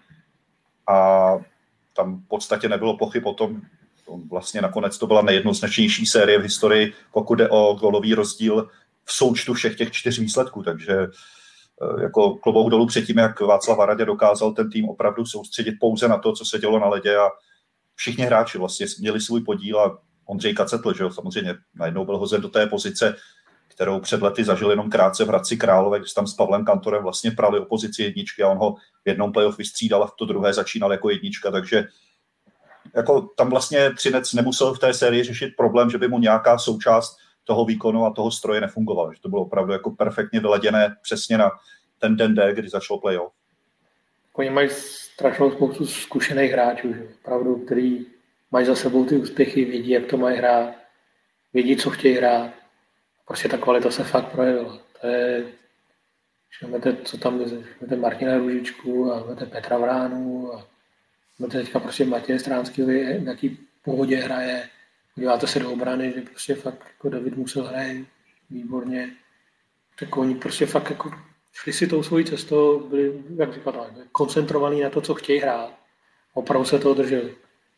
a tam v podstatě nebylo pochyb o tom, vlastně nakonec to byla nejjednoznačnější série v historii, pokud jde o gólový rozdíl v součtu všech těch čtyř výsledků, takže jako klobouk dolů před tím, jak Václav Varadě dokázal ten tým opravdu soustředit pouze na to, co se dělo na ledě a všichni hráči vlastně měli svůj podíl a Ondřej Kacetl, že jo, samozřejmě najednou byl hozen do té pozice, kterou před lety zažil jenom krátce v Hradci Králové, když tam s Pavlem Kantorem vlastně prali o pozici jedničky a on ho v jednom playoff vystřídal a v to druhé začínal jako jednička, takže jako tam vlastně Třinec nemusel v té sérii řešit problém, že by mu nějaká součást toho výkonu a toho stroje nefungovala, že to bylo opravdu jako perfektně vyladěné přesně na ten den D, kdy začal playoff. Oni mají strašnou spoustu zkušených hráčů, že? Opravdu, který mají za sebou ty úspěchy, vědí, jak to mají hrát, vědí, co chtějí hrát. Prostě ta kvalita se fakt projevila. To je, že máte, co tam máte Martina Růžičku a máte Petra Vránu a máte teďka prostě Matěje Stránský, v jaký pohodě hraje. Podíváte se do obrany, že prostě fakt jako David Musel hraje výborně. Tak oni prostě fakt jako šli si tou svojí cestou, byli, jak říkal, koncentrovaní na to, co chtějí hrát. Opravdu se toho drželi.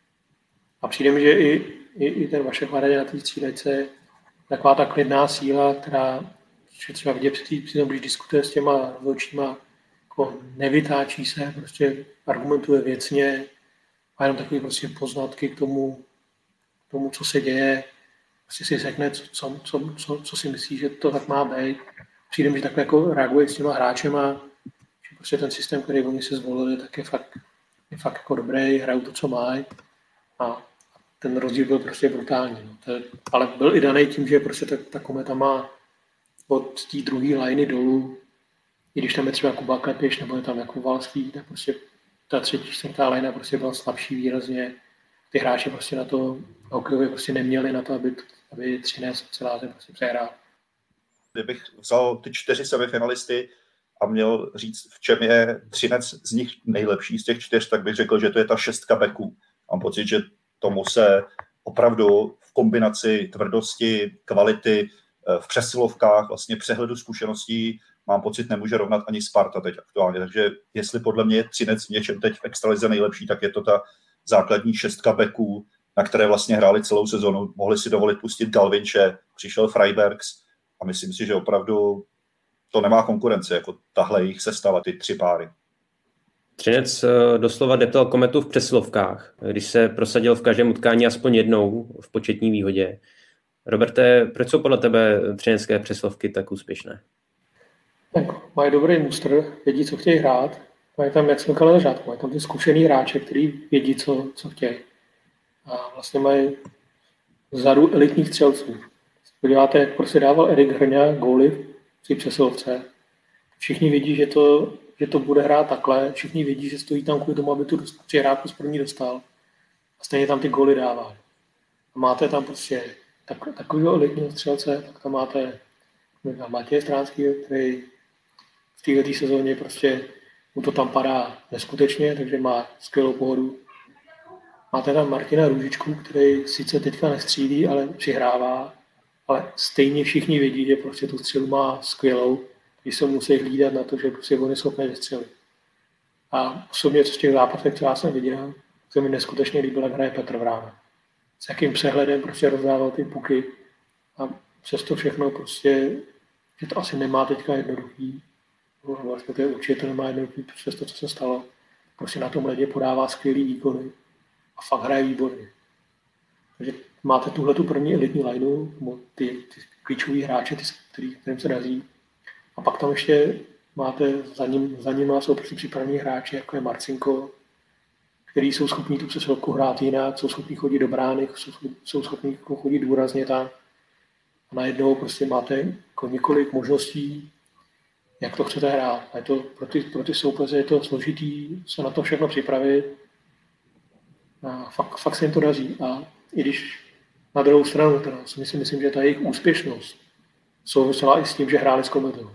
A přijde mi, že i, i, i ten Vašek Varadě na té střídačce taková ta klidná síla, která třeba vidět při tom, když diskutuje s těma rozhodčíma, jako nevytáčí se, prostě argumentuje věcně, má jenom takové prostě poznatky k tomu, k tomu, co se děje. prostě si řekne, co, co, co, co si myslí, že to tak má být. Přijde mi, že takhle jako reaguje s těma hráčema, že prostě ten systém, který oni si zvolili, tak je fakt, je fakt jako dobrý, hrajou to, co mají. A ten rozdíl byl prostě brutální. No. To je, ale byl i daný tím, že prostě ta, ta Kometa má od té druhé liney dolů, i když tam je třeba Kuba Klepiš, nebo je tam jako Valský, tak prostě ta třetí, čtvrtá linea prostě byla slabší výrazně. Ty hráči prostě na to hokejově prostě neměli na to, aby, aby Třinec celá zem prostě přehrál. Kdybych vzal ty čtyři semifinalisty a měl říct, v čem je Třinec z nich nejlepší z těch čtyř, tak bych řekl, že to je ta šestka beků. Mám pocit, že tomu se opravdu v kombinaci tvrdosti, kvality, v přesilovkách, vlastně přehledu zkušeností, mám pocit, nemůže rovnat ani Sparta teď aktuálně. Takže jestli podle mě je Třinec v něčem teď v extralize nejlepší, tak je to ta základní šestka beků, na které vlastně hráli celou sezonu. Mohli si dovolit pustit Galvinče, přišel Freibergs a myslím si, že opravdu to nemá konkurence, jako tahle jejich sestava, ty tři páry. Třinec doslova deptal Kometu v přesilovkách, když se prosadil v každém utkání aspoň jednou v početní výhodě. Roberte, proč jsou podle tebe třinecké přesilovky tak úspěšné? Tak, mají dobrý mustr, vědí, co chtějí hrát. Mají tam, jak jsme říkali na začátku, mají tam ty zkušený hráče, který vědí, co, co chtějí. A vlastně mají vzadu elitních střelců. Podíváte, jak prostě dával Erik Hrňa góly v té přesilovce. Všichni vědí, že to, že to bude hrát takhle. Všichni vědí, že stojí tam kvůli tomu, aby tu přihrávku z první dostal. A stejně tam ty góly dává. A máte tam prostě tak, takového elitního střelce, tak tam máte Matěje Stránskýho, který v této sezóně prostě mu to tam padá neskutečně, takže má skvělou pohodu. Máte tam Martina Růžičku, který sice teďka nestřílí, ale přihrává, ale stejně všichni vědí, že prostě tu střelu má skvělou, když se musí hlídat na to, že prostě on je schopný vystřelit. A osobně, co z těch zápasech, co já jsem viděl, se mi neskutečně líbil, jak hraje Petr Vrána. S jakým přehledem prostě rozdával ty puky a přesto všechno prostě, že to asi nemá teďka jednoduchý, vlastně to je určitě to nemá jednoduchý přes to, co se stalo. Prostě na tom ledě podává skvělý výkony a fakt hraje výborně. Takže máte tuhle tu první elitní lineu, ty, ty klíčový hráče, ty, který, kterým se daří. A pak tam ještě máte za ním, za ním jsou prostě připravení hráči, jako je Marcinko, který jsou schopní tu přesilovku hrát jinak, jsou schopní chodit do brány, jsou, jsou schopní chodit důrazně tam. A najednou prostě máte jako několik možností, jak to chcete hrát. A je to, pro, ty, pro ty soupeře je to složitý se na to všechno připravit. A fakt, fakt se jim to daří. A i když na druhou stranu teda, si myslím, myslím, že ta jejich úspěšnost souvisela i s tím, že hráli s Kometou.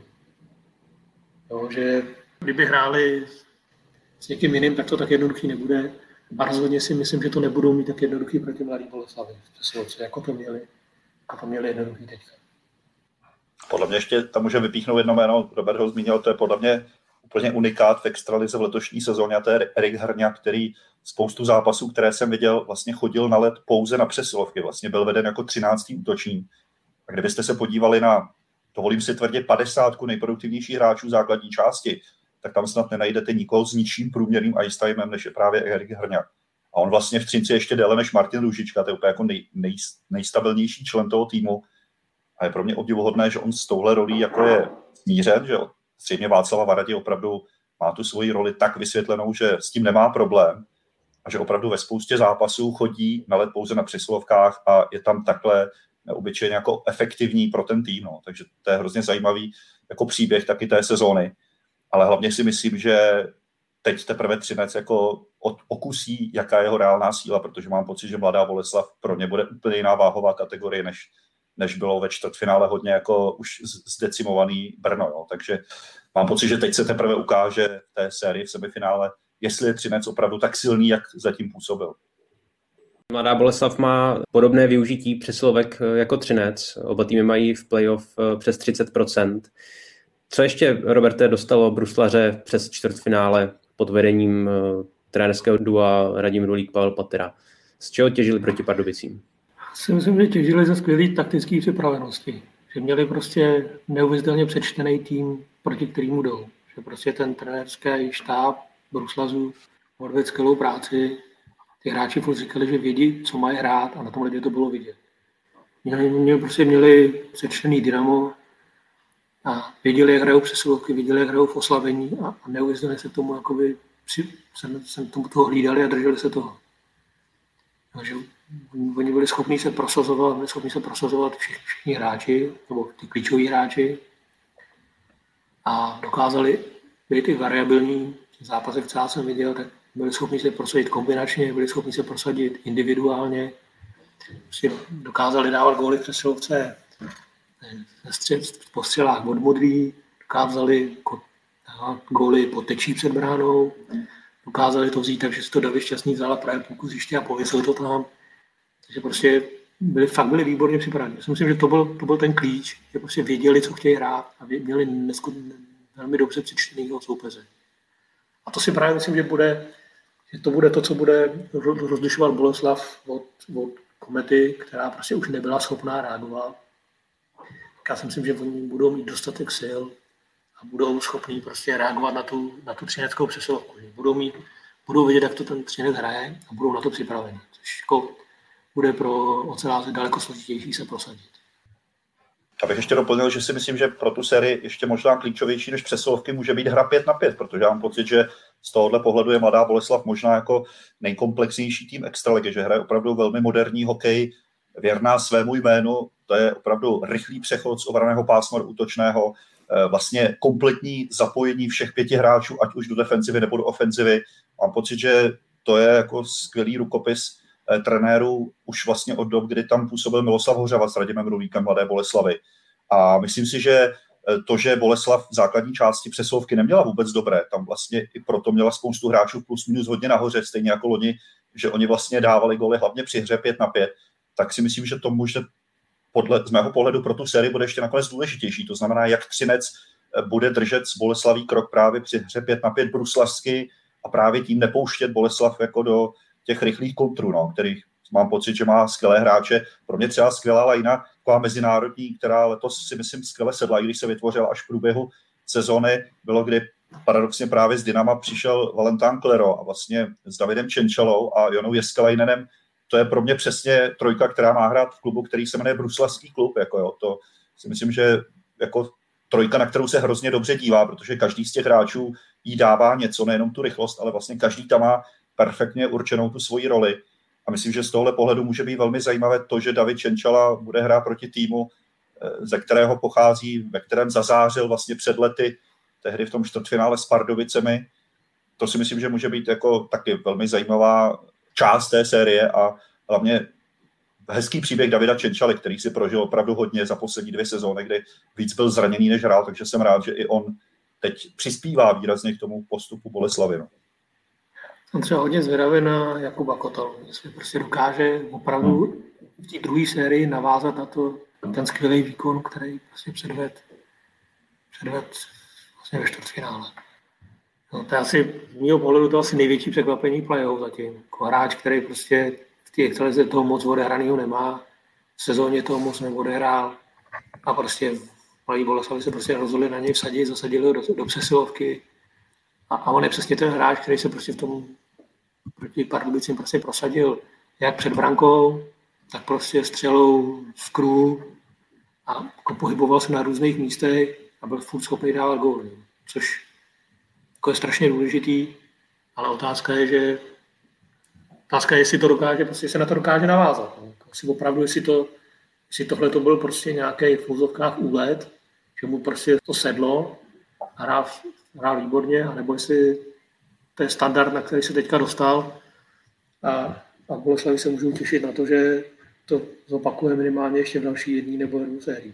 Jo, že kdyby hráli s někým jiným, tak to tak jednoduchý nebude. A rozhodně si myslím, že to nebudou mít tak jednoduchý proti Mladý Boleslavi. Jako to měli, jako to měli jednoduchý teďka. Podle mě ještě tam může vypíchnout jedno jméno, Robert ho zmínil, to je podle mě úplně unikát v extralize v letošní sezóně, a to je Erik Hrňa, který spoustu zápasů, které jsem viděl, vlastně chodil na led pouze na přesilovky, vlastně byl veden jako třináctý útočník. A kdybyste se podívali na, dovolím si tvrdě, padesátku nejproduktivnějších hráčů základní části, tak tam snad nenajdete nikoho s ničím průměrným ice timem, než je právě Erik Hrňa. A on vlastně v Třinci ještě déle než Martin Růžička, to je úplně jako nej, nej, nejstabilnější člen toho týmu. A je pro mě obdivuhodné, že on s touhle rolí jako je smířen, že středně Václava Varadě opravdu má tu svoji roli tak vysvětlenou, že s tím nemá problém a že opravdu ve spoustě zápasů chodí na led pouze na přesilovkách a je tam takhle obyčejně jako efektivní pro ten tým. No. Takže to je hrozně zajímavý jako příběh taky té sezóny. Ale hlavně si myslím, že teď teprve Třinec jako okusí, jaká je jeho reálná síla, protože mám pocit, že Mladá Boleslav pro ně bude úplně jiná váhová kategorie, než než bylo ve čtvrtfinále hodně jako už zdecimovaný Brno. Jo. Takže mám pocit, že teď se teprve ukáže v té sérii v semifinále, jestli je Třinec opravdu tak silný, jak zatím působil. Mladá Boleslav má podobné využití přesilovek jako Třinec. Oba týmy mají v playoff přes třicet procent. Co ještě, Roberte, dostalo bruslaře přes čtvrtfinále pod vedením trenérského dua Radim Rulík, Pavel Patera? Z čeho těžili proti Pardubicím? Si myslím, že těžili ze skvělý taktické připravenosti. Že měli prostě neuvěřitelně přečtený tým, proti kterému jdou. Že prostě ten trenérský štáb bruslařů odvedl skvělou práci. Ty hráči furt říkali, že vědí, co mají hrát, a na tom lidě to bylo vidět. Měli, měli, prostě měli přečtený dynamo a věděli, jak hrajou přesilovky, věděli, jak hrajou v oslabení a, a neuvězdili se tomu, jakoby při, jsem, jsem tomu toho hlídali a drželi se toho. Takže oni byli schopni se prosazovat, byli schopni se prosazovat všichni, všichni hráči, nebo ty klíčoví hráči a dokázali být i variabilní. V zápasech, co já jsem viděl, tak byli schopni se prosadit kombinačně, byli schopni se prosadit individuálně. Prostě dokázali dávat góly v přesilovce po střelách od modrý, dokázali dávat góly po tečí před bránou, dokázali to vzít tak, že si to David Šťastný vzal právě půlku hřiště a pověsil to tam. Takže prostě byli, fakt byli výborně připraveni. Já si myslím, že to byl, to byl ten klíč, že prostě věděli, co chtějí hrát a měli neskutečně velmi dobře přečtenýho soupeře. A to si právě myslím, že bude, že to bude to, co bude rozlišovat Boleslav od, od Komety, která prostě už nebyla schopná reagovat. Já si myslím, že oni budou mít dostatek sil a budou schopní prostě reagovat na tu, na tu třineckou přesilovku. Budou mít, budou vědět, jak to ten Třinec hraje a budou na to připraveni. Což jako bude pro oceláře daleko složitější se prosadit. Abych ještě doplnil, že si myslím, že pro tu sérii ještě možná klíčovější než přesilovky může být hra pět na pět, protože já mám pocit, že z tohohle pohledu je Mladá Boleslav možná jako nejkomplexnější tým extraligy, že hraje opravdu velmi moderní hokej, věrná svému jménu, to je opravdu rychlý přechod z obraného pásma do útočného, vlastně kompletní zapojení všech pěti hráčů, ať už do defenzivy nebo do ofenzivy. Mám pocit, že to je jako skvělý rukopis trenérů už vlastně od dob, kdy tam působil Miloslav Hořava s Radimem Rulíkem Mladé Boleslavy. A myslím si, že to, že Boleslav v základní části přesilovky neměla vůbec dobré, tam vlastně i proto měla spoustu hráčů plus minus hodně nahoře, stejně jako loni, že oni vlastně dávali góly hlavně při hře pět na pět, tak si myslím, že to může podle, z mého pohledu pro tu sérii bude ještě nakonec důležitější. To znamená, jak Třinec bude držet s Boleslaví krok právě při hře pět na pět bruslavsky a právě tím nepouštět Boleslav jako do těch rychlých kontrů, no, kterých mám pocit, že má skvělé hráče. Pro mě třeba skvělá lajna, taková mezinárodní, která letos si myslím skvěle sedla, i když se vytvořila až v průběhu sezóny, bylo, kdy paradoxně právě z Dynama přišel Valentin Klero a vlastně s Davidem Čenčalou a Jonou Jeskalainen. To je pro mě přesně trojka, která má hrát v klubu, který se jmenuje Bruslavský klub. Jako jo. To si myslím, že jako trojka, na kterou se hrozně dobře dívá, protože každý z těch hráčů jí dává něco, nejenom tu rychlost, ale vlastně každý tam má perfektně určenou tu svoji roli. A myslím, že z tohohle pohledu může být velmi zajímavé to, že David Čenčala bude hrát proti týmu, ze kterého pochází, ve kterém zazářil vlastně před lety, tehdy v tom čtvrtfinále s Pardubicemi. To si myslím, že může být jako taky velmi zajímavá část té série a hlavně hezký příběh Davida Čenčaly, který si prožil opravdu hodně za poslední dvě sezóny, kdy víc byl zraněný, než hrál, takže jsem rád, že i on teď přispívá výrazně k tomu postupu Boleslavy. No. Jsem třeba hodně zvědavý na Jakuba Kotolu, jestli prostě dokáže opravdu v té druhé sérii navázat na to ten skvělý výkon, který prostě předved, předved vlastně ve čtvrtfinále. No, to je asi z mého pohledu to asi největší překvapení playoff zatím. Jako hráč, který prostě v té extralize toho moc odehraného nemá, v sezóně toho moc neodehrál a prostě v Mladé Boleslavi se prostě rozhodli na něj vsadit, zasadili ho do, do přesilovky a, a on je přesně ten hráč, který se prostě v tom proti Pardubicím prostě prosadil jak před brankou, tak prostě střelou z kruhu a jako pohyboval se na různých místech a byl furt schopný dávat góly, což jako je strašně důležitý, ale otázka je, že otázka je, jestli to dokáže, prostě se na to dokáže navázat. Jestli opravdu, jestli, to, jestli tohle to byl prostě nějaký v úzovkách úlet, že mu prostě to sedlo a hrál, hrál výborně, anebo jestli to je standard, na který se teďka dostal a, a Boleslavi se můžou těšit na to, že to zopakuje minimálně ještě v další jedný nebo jednou sérii.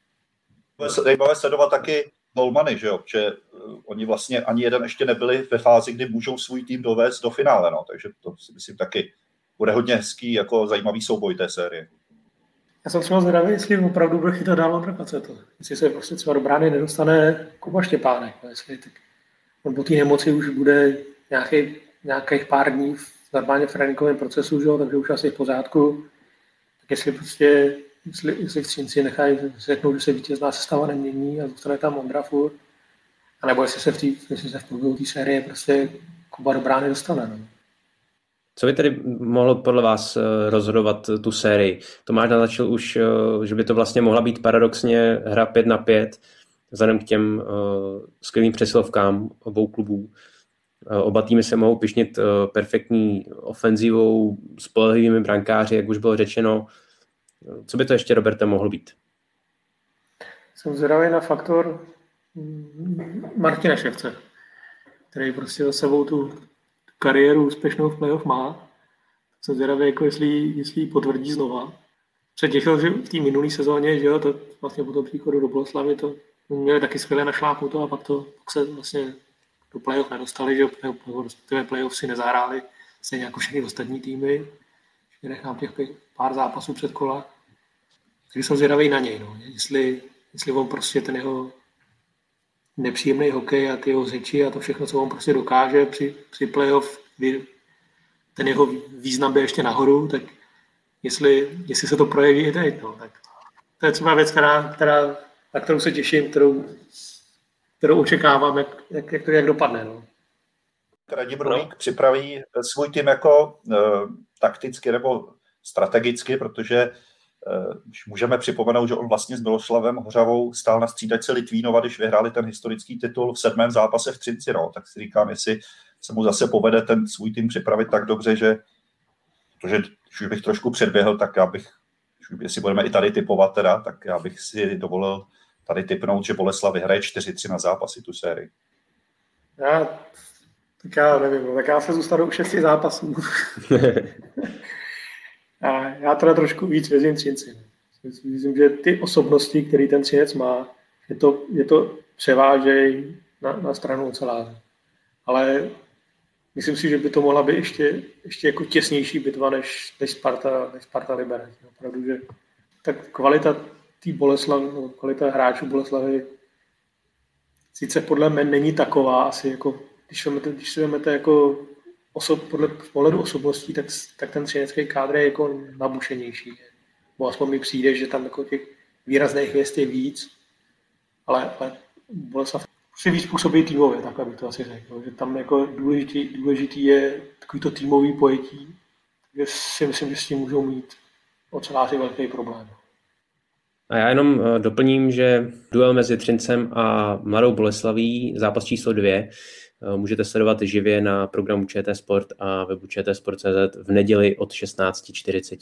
Zajímavé sledovat taky golmany, že jo, že oni vlastně ani jeden ještě nebyli ve fázi, kdy můžou svůj tým dovést do finále, no, takže to si myslím taky bude hodně hezký, jako zajímavý souboj té série. Já jsem třeba zvědavý, jestli opravdu bude chytat dál Ondra Kaceto. Jestli se prostě třeba do brány nedostane Kuba Štěpánek, jestli tak on po té nemoci už bude nějaký, nějakých pár dní v normálně v tréninkovém procesu, že jo, takže už asi v pořádku. Tak jestli prostě Jestli, jestli v Třinci nechají řeknout, že se vítězná sestava nemění a zůstane tam Ondra furt, anebo jestli se v, tý, jestli se v průběhu té série prostě Kuba do brány dostane. No. Co by tedy mohlo podle vás rozhodovat tu sérii? Tomáš naznačil už, že by to vlastně mohla být paradoxně hra pět na pět, vzhledem k těm skvělým přesilovkám obou klubů. Oba týmy se mohou pyšnit perfektní ofenzivou, spolehlivými brankáři, jak už bylo řečeno. Co by to ještě, Roberte, mohlo být? Jsem zvědavý na faktor Martina Ševce, který prostě za sebou tu kariéru úspěšnou v playoff má. Jsem zvědavý, jako jestli, jestli ji potvrdí znova. Se těšil, že v té minulé sezóně, že jo, to vlastně po tom příchodu do Boleslavy to měli taky skvěle našlápnuto a pak, to, pak se vlastně do playoff nedostali, že ty playoff si nezahráli stejně jako všechny ostatní týmy. Že nechám těch pár zápasů před kola. Takže jsem zvědavý na něj, no. Jestli, jestli on prostě ten jeho nepříjemný hokej a ty jeho řeči a to všechno, co on prostě dokáže při, při playoff, kdy ten jeho význam byl ještě nahoru, tak jestli, jestli se to projeví i teď, no, tak to je třeba věc, která, která, na kterou se těším, kterou, kterou očekávám, jak, jak, jak to jak dopadne. No. Radim Rulík připraví svůj tým jako e, takticky nebo strategicky, protože když můžeme připomenout, že on vlastně s Miloslavem Hořavou stál na střídačce Litvínova, když vyhráli ten historický titul v sedmém zápase v Třinci. No. Tak si říkám, jestli se mu zase povede ten svůj tým připravit tak dobře, že protože když už bych trošku předběhl, tak já bych, jestli budeme i tady typovat teda, tak já bych si dovolil tady tipnout, že Boleslav vyhraje čtyři tři na zápasy tu sérii. Já, tak já nevím, tak já se zůstanu u šesti zápasů. A já teda trošku víc věřím Třinci. Myslím, že ty osobnosti, které ten Třinec má, je to, je to převážej na, na stranu oceláře. Ale myslím si, že by to mohla být ještě, ještě jako těsnější bitva než, než Sparta, než Sparta Liberec. Opravdu, že tak kvalita té Boleslavy, no, kvalita hráčů Boleslavy sice podle mě není taková, asi jako, když se vezmete, když se vezmete jako osob, podle pohledu osobností, tak, tak ten třinecký kádr je jako nabušenější. Bo aspoň mi přijde, že tam jako těch výrazných hvězd je víc, ale, ale Boleslav si víc působí týmově, takhle bych to asi řekl. Že tam jako důležitý, důležitý je takovýto týmový pojetí, že si myslím, že s tím můžou mít oceláři velký problém. A já jenom doplním, že duel mezi Třincem a Mladou Boleslaví, zápas číslo dvě, můžete sledovat živě na programu ČT Sport a webu čtsport tečka cz v neděli od šestnáct čtyřicet.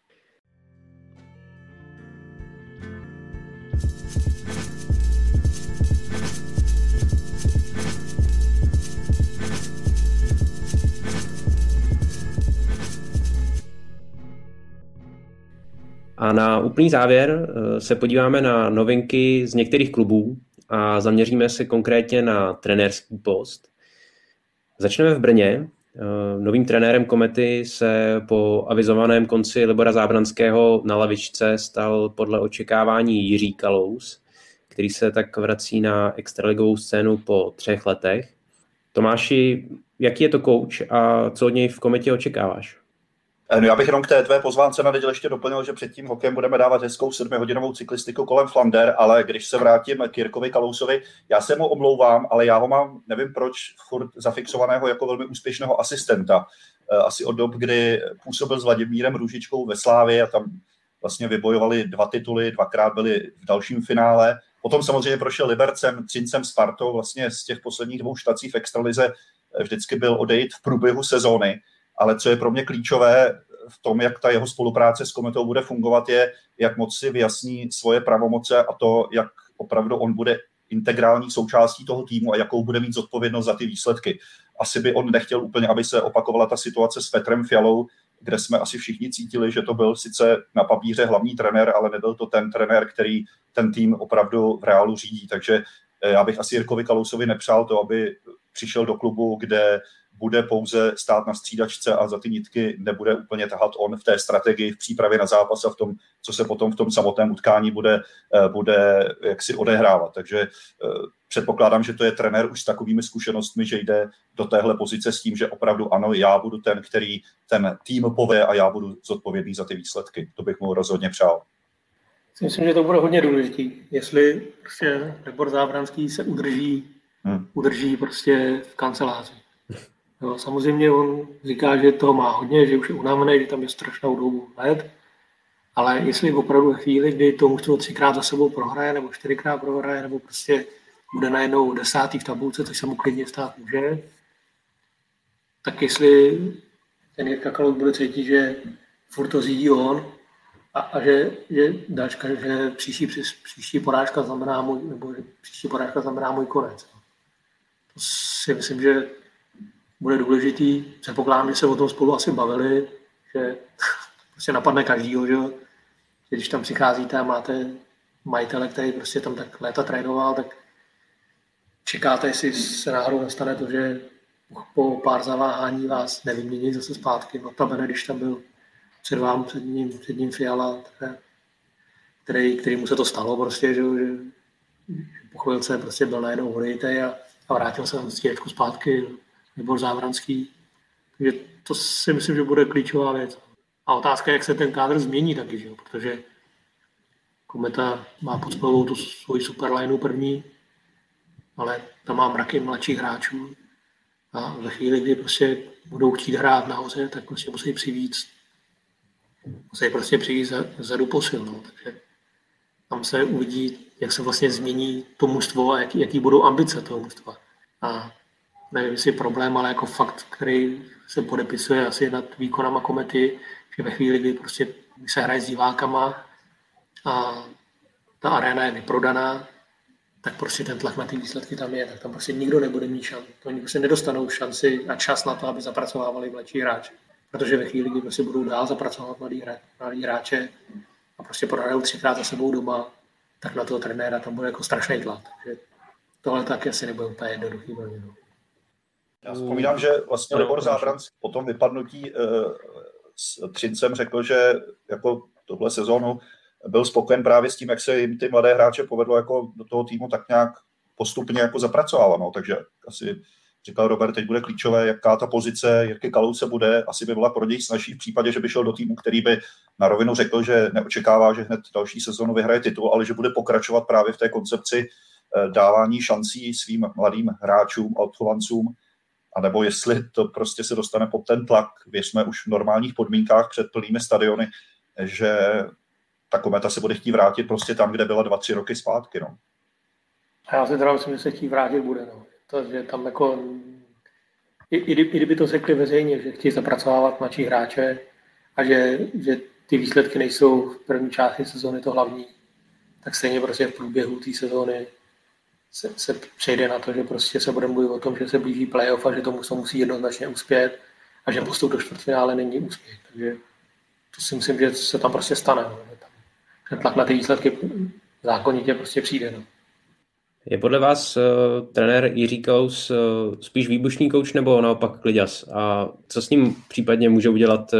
A na úplný závěr se podíváme na novinky z některých klubů a zaměříme se konkrétně na trenérský post. Začneme v Brně. Novým trenérem Komety se po avizovaném konci Libora Zábranského na lavičce stal podle očekávání Jiří Kalous, který se tak vrací na extraligovou scénu po třech letech. Tomáši, jaký je to kouč a co od něj v Kometě očekáváš? No já bych jenom k té tvé pozvánce na neděli ještě doplnil, že před tím hokejem budeme dávat hezkou sedmihodinovou cyklistiku kolem Flander, ale když se vrátím k Jirkovi Kalousovi, já se mu omlouvám, ale já ho mám, nevím proč, furt zafixovaného jako velmi úspěšného asistenta. Asi od dob, kdy působil s Vladimírem Růžičkou ve Slávii a tam vlastně vybojovali dva tituly, dvakrát byli v dalším finále. Potom samozřejmě prošel Libercem, Třincem, Spartou, vlastně z těch posledních dvou štací v extralize vždycky byl odejít v průběhu sezóny. Ale co je pro mě klíčové v tom, jak ta jeho spolupráce s Kometou bude fungovat, je, jak moc si vyjasní svoje pravomoce a to, jak opravdu on bude integrální součástí toho týmu a jakou bude mít zodpovědnost za ty výsledky. Asi by on nechtěl úplně, aby se opakovala ta situace s Petrem Fialou, kde jsme asi všichni cítili, že to byl sice na papíře hlavní trenér, ale nebyl to ten trenér, který ten tým opravdu v reálu řídí. Takže já bych asi Jirkovi Kalousovi nepřál to, aby přišel do klubu, kde bude pouze stát na střídačce a za ty nitky nebude úplně tahat on v té strategii, v přípravě na zápas a v tom, co se potom v tom samotném utkání bude, bude jaksi odehrávat. Takže předpokládám, že to je trenér už s takovými zkušenostmi, že jde do téhle pozice s tím, že opravdu ano, já budu ten, který ten tým povede a já budu zodpovědný za ty výsledky. To bych mu rozhodně přál. Myslím, že to bude hodně důležitý. Jestli prostě Libor Zábranský se udrží, hmm. udrží prostě v kanceláři. Jo, samozřejmě on říká, že toho má hodně, že už je unavený, že tam je strašnou dobu let, ale jestli opravdu ve chvíli, kdy to mužstvo třikrát za sebou prohraje, nebo čtyřikrát prohraje, nebo prostě bude najednou desátý v tabulce, což se mu klidně stát může, tak jestli ten Jirka Kalout bude cítit, že furt to řídí on a, a že, že, dačka, že příští, příští porážka znamená můj, nebo že příští porážka znamená můj konec. To si myslím, že bude důležitý. Předpokládám, že se o tom spolu asi bavili, že prostě napadne každýho, že, že když tam přicházíte a máte majitele, který prostě tam tak léta trénoval, tak čekáte, jestli se náhodou nastane to, že po pár zaváhání vás nevymění zase zpátky. Notabene, když tam byl před vám, před ním, před ním Fiala, který, který mu se to stalo prostě, že, že, že po chvilce prostě byl najednou odejitej a, a vrátil se z těčku zpátky, nebo Závranský. Takže to si myslím, že bude klíčová věc. A otázka je, jak se ten kádr změní taky, že? Protože Kometa má pod spolou tu svoji superlineu první, ale tam má mraky mladších hráčů. A ve chvíli, kdy prostě budou chtít hrát nahoře, tak prostě musí přivíct, musí prostě přijít zadu posil. No. Takže tam se uvidí, jak se vlastně změní to mužstvo a jaký, jaký budou ambice toho mužstva. A nevím, jestli je problém, ale jako fakt, který se podepisuje asi nad výkonama Komety, že ve chvíli, kdy prostě se hraje s divákama a ta aréna je vyprodaná, tak prostě ten tlak na ty výsledky tam je, tak tam prostě nikdo nebude mít šanci. Oni prostě nedostanou šanci a čas na to, aby zapracovávali mladší hráče. Protože ve chvíli, kdy prostě budou dál zapracovat mladí hráče a prostě prohrajou třikrát za sebou doma, tak na toho trenéra tam bude jako strašný tlak. Takže tohle taky asi nebude úplně jednoduchý. No. Já vzpomínám, že vlastně Libor Zábranský po tom vypadnutí uh, s Třincem řekl, že jako tohle sezónu byl spokojen právě s tím, jak se jim ty mladé hráče povedlo jako do toho týmu tak nějak postupně jako zapracovávat. No. Takže asi říkal Robert, teď bude klíčové, jaká ta pozice Jirky Kalouce bude. Asi by byla pro něj snažší v případě, že by šel do týmu, který by na rovinu řekl, že neočekává, že hned další sezónu vyhraje titul, ale že bude pokračovat právě v té koncepci dávání šancí svým mladým hráčům a odchovancům. A nebo jestli to prostě se dostane pod ten tlak, věřme už v normálních podmínkách před plnými stadiony, že ta Kometa se bude chtít vrátit prostě tam, kde byla dva, tři roky zpátky. No. A já si teda myslím, že se chtít vrátit bude. No. To, že tam jako, i, i, i kdyby to řekli veřejně, že chtějí zapracovávat mladší hráče a že, že ty výsledky nejsou v první části sezóny to hlavní, tak stejně prostě v průběhu té sezóny se, se přejde na to, že prostě se bude mluvit o tom, že se blíží playoff a že to musí, musí jednoznačně uspět a že postup do čtvrtfinále není úspěch. Takže to si myslím, že se tam prostě stane. No. Ten tlak na ty výsledky zákonitě prostě přijde. No. Je podle vás uh, trenér Jiří Kalous uh, spíš výbušný kouč nebo naopak kliďas? A co s ním případně může udělat uh,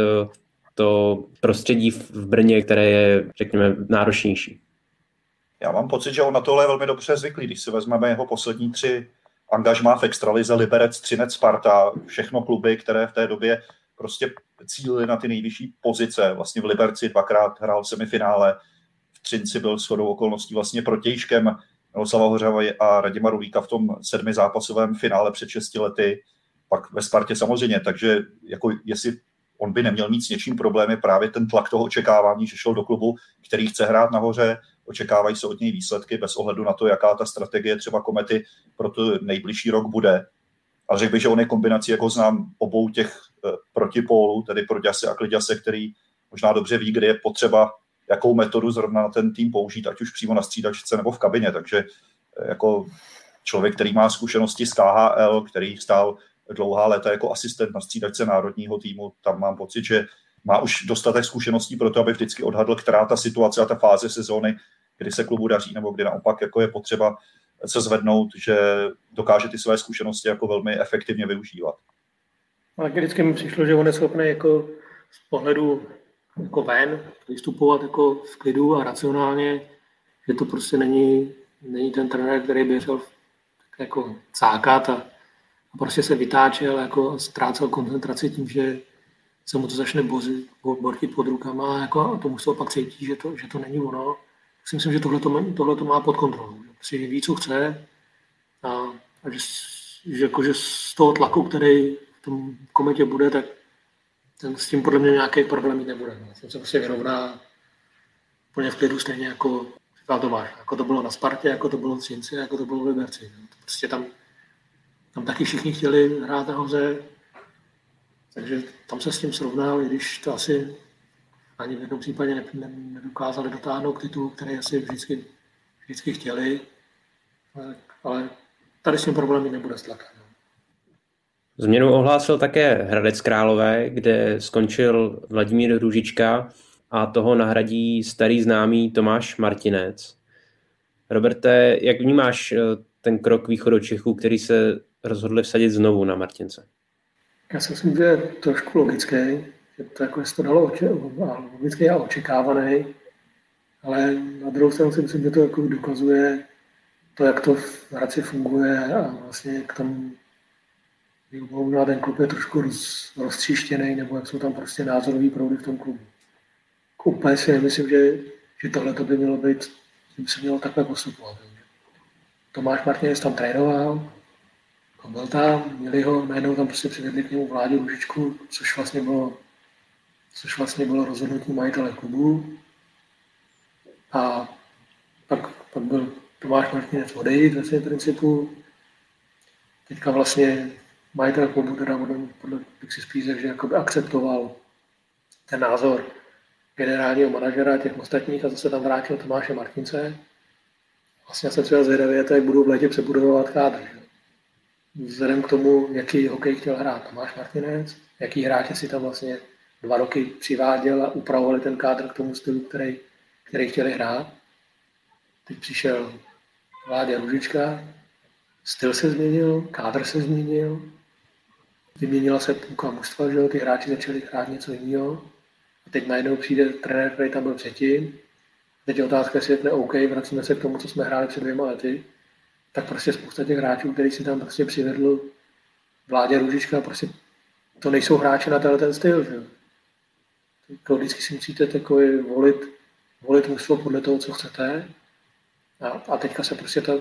to prostředí v Brně, které je, řekněme, náročnější? Já mám pocit, že on na tohle je velmi dobře zvyklý. Když si vezmeme jeho poslední tři angažmá v extralize, Liberec, Třinec, Sparta, všechno kluby, které v té době prostě cílily na ty nejvyšší pozice. Vlastně v Liberci dvakrát hrál v semifinále, v Třinci byl shodou okolností vlastně protějškem Miloslava Hořavy a Radima Rulíka v tom sedmi zápasovém finále před šesti lety, pak ve Spartě samozřejmě, takže jako jestli on by neměl mít s něčím problémy, právě ten tlak toho očekávání, že šel do klubu, který chce hrát nahoře, očekávají se od něj výsledky bez ohledu na to, jaká ta strategie třeba Komety pro to nejbližší rok bude. Ale řekl bych, že on je kombinací, jako znám obou těch protipólů, tedy Proďase a Kliďase, který možná dobře ví, kde je potřeba jakou metodu zrovna na ten tým použít, ať už přímo na střídačce nebo v kabině. Takže jako člověk, který má zkušenosti z K H L, který stál dlouhá léta jako asistent na střídačce národního týmu, tam mám pocit, že má už dostatek zkušeností pro to, aby vždycky odhadl, která ta situace a ta fáze sezóny, kdy se klubu daří, nebo kdy naopak jako je potřeba se zvednout, že dokáže ty své zkušenosti jako velmi efektivně využívat. Ale vždycky mi přišlo, že on je schopný jako z pohledu jako ven, vystupovat jako v klidu a racionálně, že to prostě není, není ten trenér, který by šel jako cákat a, a prostě se vytáčel jako ztrácel koncentraci tím, že se mu to začne bořit, bortit pod rukama jako, a to musel pak cítit, že to, že to není ono. Si myslím, že tohle to má pod kontrolou. Že prostě ví, co chce a, a že, že, jako, že z toho tlaku, který v tom Kometě bude, tak ten s tím podle mě nějaký problém mít nebude. No. Tím se prostě vyrovná úplně v klidu stejně jako říkal Tomáš. Jako to bylo na Spartě, jako to bylo v Třinci, jako to bylo v Liberci. No. Prostě tam, tam taky všichni chtěli hrát nahoře, takže tam se s tím srovnal, i když to asi ani v jednom případě ne, ne, nedokázali dotáhnout titul, který asi vždycky, vždycky chtěli, ale, ale tady s tím problémy nebude stlakat. No. Změnu ohlásil také Hradec Králové, kde skončil Vladimír Růžička a toho nahradí starý známý Tomáš Martinec. Roberte, jak vnímáš ten krok východočechů, který se rozhodli vsadit znovu na Martince? Já si myslím, že je trošku logický, že to jako se to dalo logický a očekávaný, ale na druhou stranu si myslím, že to jako dokazuje to, jak to v Hradci funguje a vlastně jak tam možná ten klub je trošku roz, roztříštěný, nebo jak jsou tam prostě názorový proudy v tom klubu. Úplně si nemyslím, že, že tohle to by mělo být, že by se mělo takhle postupovat. Tomáš Martinec tam trénoval, byl tam, měli ho, najednou tam prostě přivedli k němu Vláďu Růžičku, což vlastně bylo, což vlastně bylo rozhodnutí majitele klubu. A pak, pak byl Tomáš Martinec odejít ve svém principu. Teďka vlastně majitel klubu teda podle bych si spíš řekl, že jakoby akceptoval ten názor generálního manažera těch ostatních a zase tam vrátil Tomáše Martince. Vlastně se třeba zvědavě, jak budou v létě přebudovat kádr. Vzhledem k tomu, jaký hokej chtěl hrát Tomáš Martinec, jaký hráče si tam vlastně dva roky přiváděl a upravovali ten kádr k tomu stylu, který, který chtěli hrát. Teď přišel Vláďa Růžička, styl se změnil, kádr se změnil, vyměnila se půlka mužstva, že ty hráči začali hrát něco jiného. A teď najednou přijde trenér, který tam byl předtím. Teď je otázka, jestli řekne OK, vracíme se k tomu, co jsme hráli před dvěma lety. Tak prostě spousta těch hráčů, který si tam prostě přivedl Vláďa Růžička, prostě to nejsou hráči na tenhle ten styl. Že? To vždycky si musíte takový volit, volit mužstvo podle toho, co chcete. A, a teďka se prostě ta,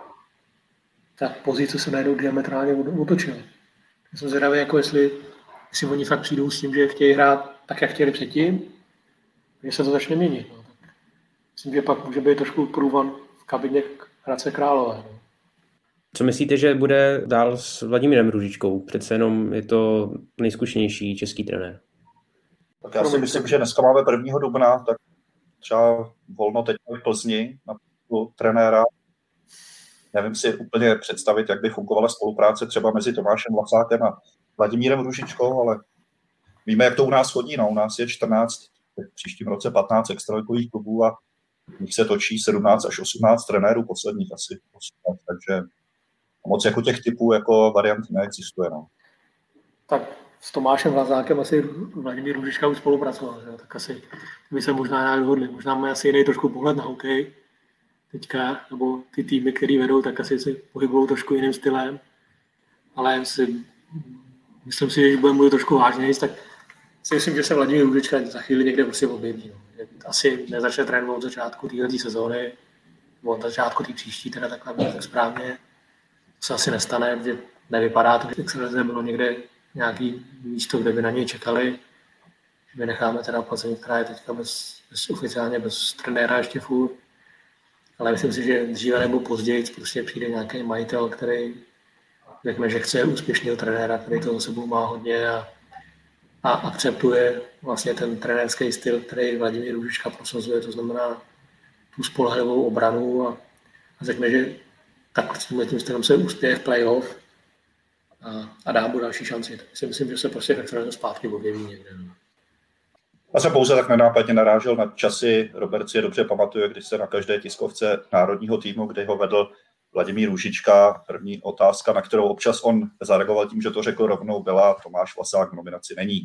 ta pozice se najednou diametrálně otočila. Já jsem zvědavý, jako jestli, jestli oni fakt přijdou s tím, že chtějí hrát tak, jak chtěli předtím, že se to začne měnit. No. Myslím, že pak může být trošku průvan v kabině Hradce Králové. No. Co myslíte, že bude dál s Vladimírem Růžičkou? Přece jenom je to nejzkušenější český trenér. Tak já si myslím, že dneska máme prvního dubna, tak třeba volno teď v Plzni na trenéra. Nevím si úplně představit, jak by fungovala spolupráce třeba mezi Tomášem Vlasákem a Vladimírem Růžičkou, ale víme, jak to u nás chodí. No. U nás je čtrnáct, v příštím roce patnáct extraligových klubů a v nich se točí sedmnáct až osmnáct trenérů posledních asi osm let, takže moc jako těch typů jako variant neexistuje. No. Tak s Tomášem Vlasákem asi Vladimír Růžička už spolupracoval, že? Tak asi by se možná nějak dohodli. Možná mají asi jiný trošku pohled na hokej teďka, nebo ty týmy, který vedou, tak asi se pohybují trošku jiným stylem, ale si, myslím si, že když budeme mluvit trošku vážněji, tak si myslím, že se Vladimír Růžička za chvíli někde prostě objeví. No. Asi nezačne trénovat od začátku této sezóny, nebo od začátku té příští, teda takhle tak správně. To se asi nestane, že nevypadá to, že extralize bylo někde nějaký místo, kde by na něj čekali. Že necháme teda Plzeň, která je teďka bez, bez oficiálně bez trenéra ještě furt. Ale myslím si, že dříve nebo později prostě přijde nějaký majitel, který řekne, že chce úspěšného trenéra, který to za sebou má hodně a, a akceptuje vlastně ten trenérský styl, který Vladimír Růžička prosazuje, to znamená tu spolehlivou obranu a, a řekne, že tak tím stylem se uspěje v playoff a, a dá mu další šanci. Tak si myslím, že se prostě tak zpátky objeví někde. No. Já jsem pouze tak nenápadně narážel na časy, Robert si je dobře pamatuje, když se na každé tiskovce národního týmu, kde ho vedl Vladimír Růžička, první otázka, na kterou občas on zareagoval tím, že to řekl rovnou, byla Tomáš Vlasák v nominaci není.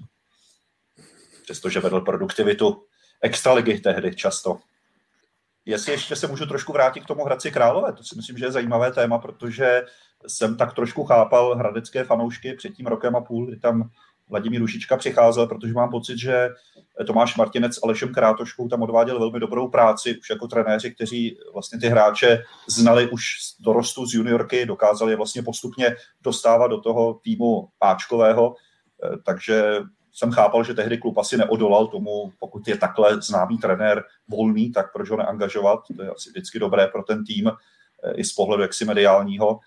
Přestože vedl produktivitu extraligy tehdy často. Jestli ještě se můžu trošku vrátit k tomu Hradci Králové, to si myslím, že je zajímavé téma, protože jsem tak trošku chápal hradecké fanoušky před tím rokem a půl, kdy tam Vladimír Růžička přicházel, protože mám pocit, že Tomáš Martinec s Alešem Krátoškou tam odváděl velmi dobrou práci, už jako trenéři, kteří vlastně ty hráče znali už z dorostu z juniorky, dokázali je vlastně postupně dostávat do toho týmu áčkového, takže jsem chápal, že tehdy klub asi neodolal tomu, pokud je takhle známý trenér volný, tak proč ho neangažovat, to je asi vždycky dobré pro ten tým, i z pohledu jaksi mediálního.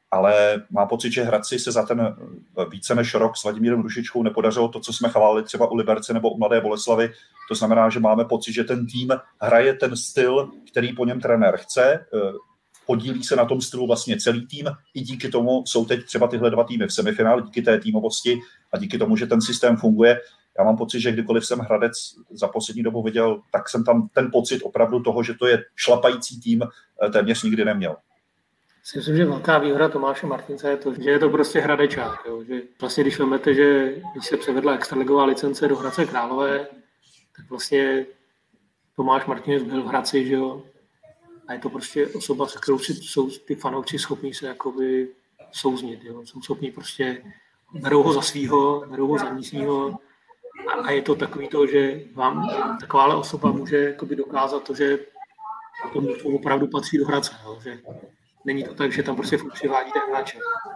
Ale mám pocit, že Hradci se za ten více než rok s Vladimírem Růžičkou nepodařilo to, co jsme chválili třeba u Liberce nebo u Mladé Boleslavy. To znamená, že máme pocit, že ten tým hraje ten styl, který po něm trenér chce, podílí se na tom stylu vlastně celý tým, i díky tomu jsou teď třeba tyhle dva týmy v semifinále, díky té týmovosti a díky tomu, že ten systém funguje. Já mám pocit, že kdykoliv jsem Hradec za poslední dobu viděl, tak jsem tam ten pocit opravdu toho, že to je šlapající tým, téměř nikdy neměl. Myslím, že velká výhoda Tomáše Martince je to, že je to prostě Hradečák. Jo? Že vlastně když vezmete, že když se převedla extraligová licence do Hradce Králové, tak vlastně Tomáš Martinec byl v Hradci, že jo? A je to prostě osoba, se kterou si, jsou ty fanoušci schopní se jakoby souznit. Jo? Jsou schopní prostě, berou ho za svýho, berou ho za místního a, a je to takový to, že vám takováhle osoba může jakoby dokázat to, že tomu opravdu patří do Hradce. Jo? Že není to tak, že tam prostě přivádí ten hráče.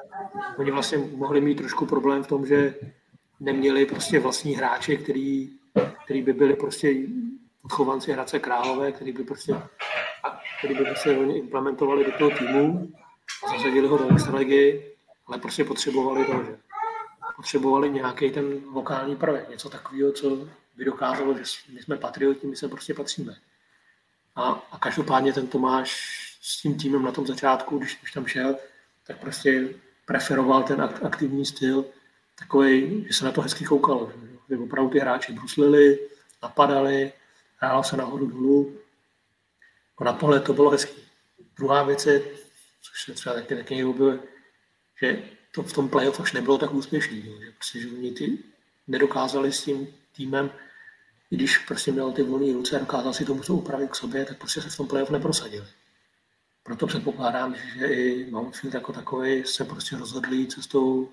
Oni vlastně mohli mít trošku problém v tom, že neměli prostě vlastní hráče, který, který by byli prostě odchovanci Hradce Králové, který by prostě, který by prostě oni implementovali do toho týmu, zasadili ho do extraligy, ale prostě potřebovali to, že potřebovali nějaký ten lokální prvek, něco takového, co by dokázalo, že my jsme patrioti, my se prostě patříme. A, a každopádně ten Tomáš s tím týmem na tom začátku, když, když tam šel, tak prostě preferoval ten aktivní styl, takovej, že se na to hezky koukalo. Že opravdu ty hráči bruslili, napadali, hrálo se nahoru dolů. Na pohled to bylo hezký. Druhá věc je, což se třeba taky taky někdo byl, že to v tom playoff až nebylo tak úspěšný. Že, prostě, že oni ty nedokázali s tím týmem, i když prostě měl ty volné ruce a dokázal si to musel upravit k sobě, tak prostě se v tom playoff neprosadili. Proto předpokládám, že i Mountfield jako takový se prostě rozhodli cestou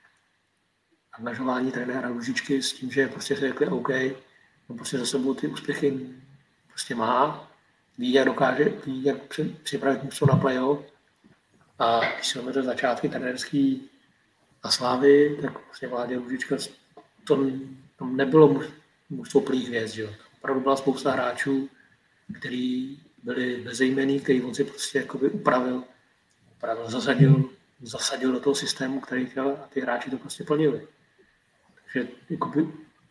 angažování trenéra Růžičky s tím, že prostě se řekli OK, no prostě za sebou ty úspěchy prostě má, ví, jak dokáže, ví, jak připravit mužstvo na playoff. A když se vezmete začátky trenérský na Slávy, tak prostě Vládě Růžička, to, to nebylo mužstvo plných hvězd, že jo. Opravdu byla spousta hráčů, který byli bezejmenný, který on si prostě jakoby upravil, upravil zasadil, zasadil do toho systému, který chtěl a ty hráči to prostě plnili. Takže jakoby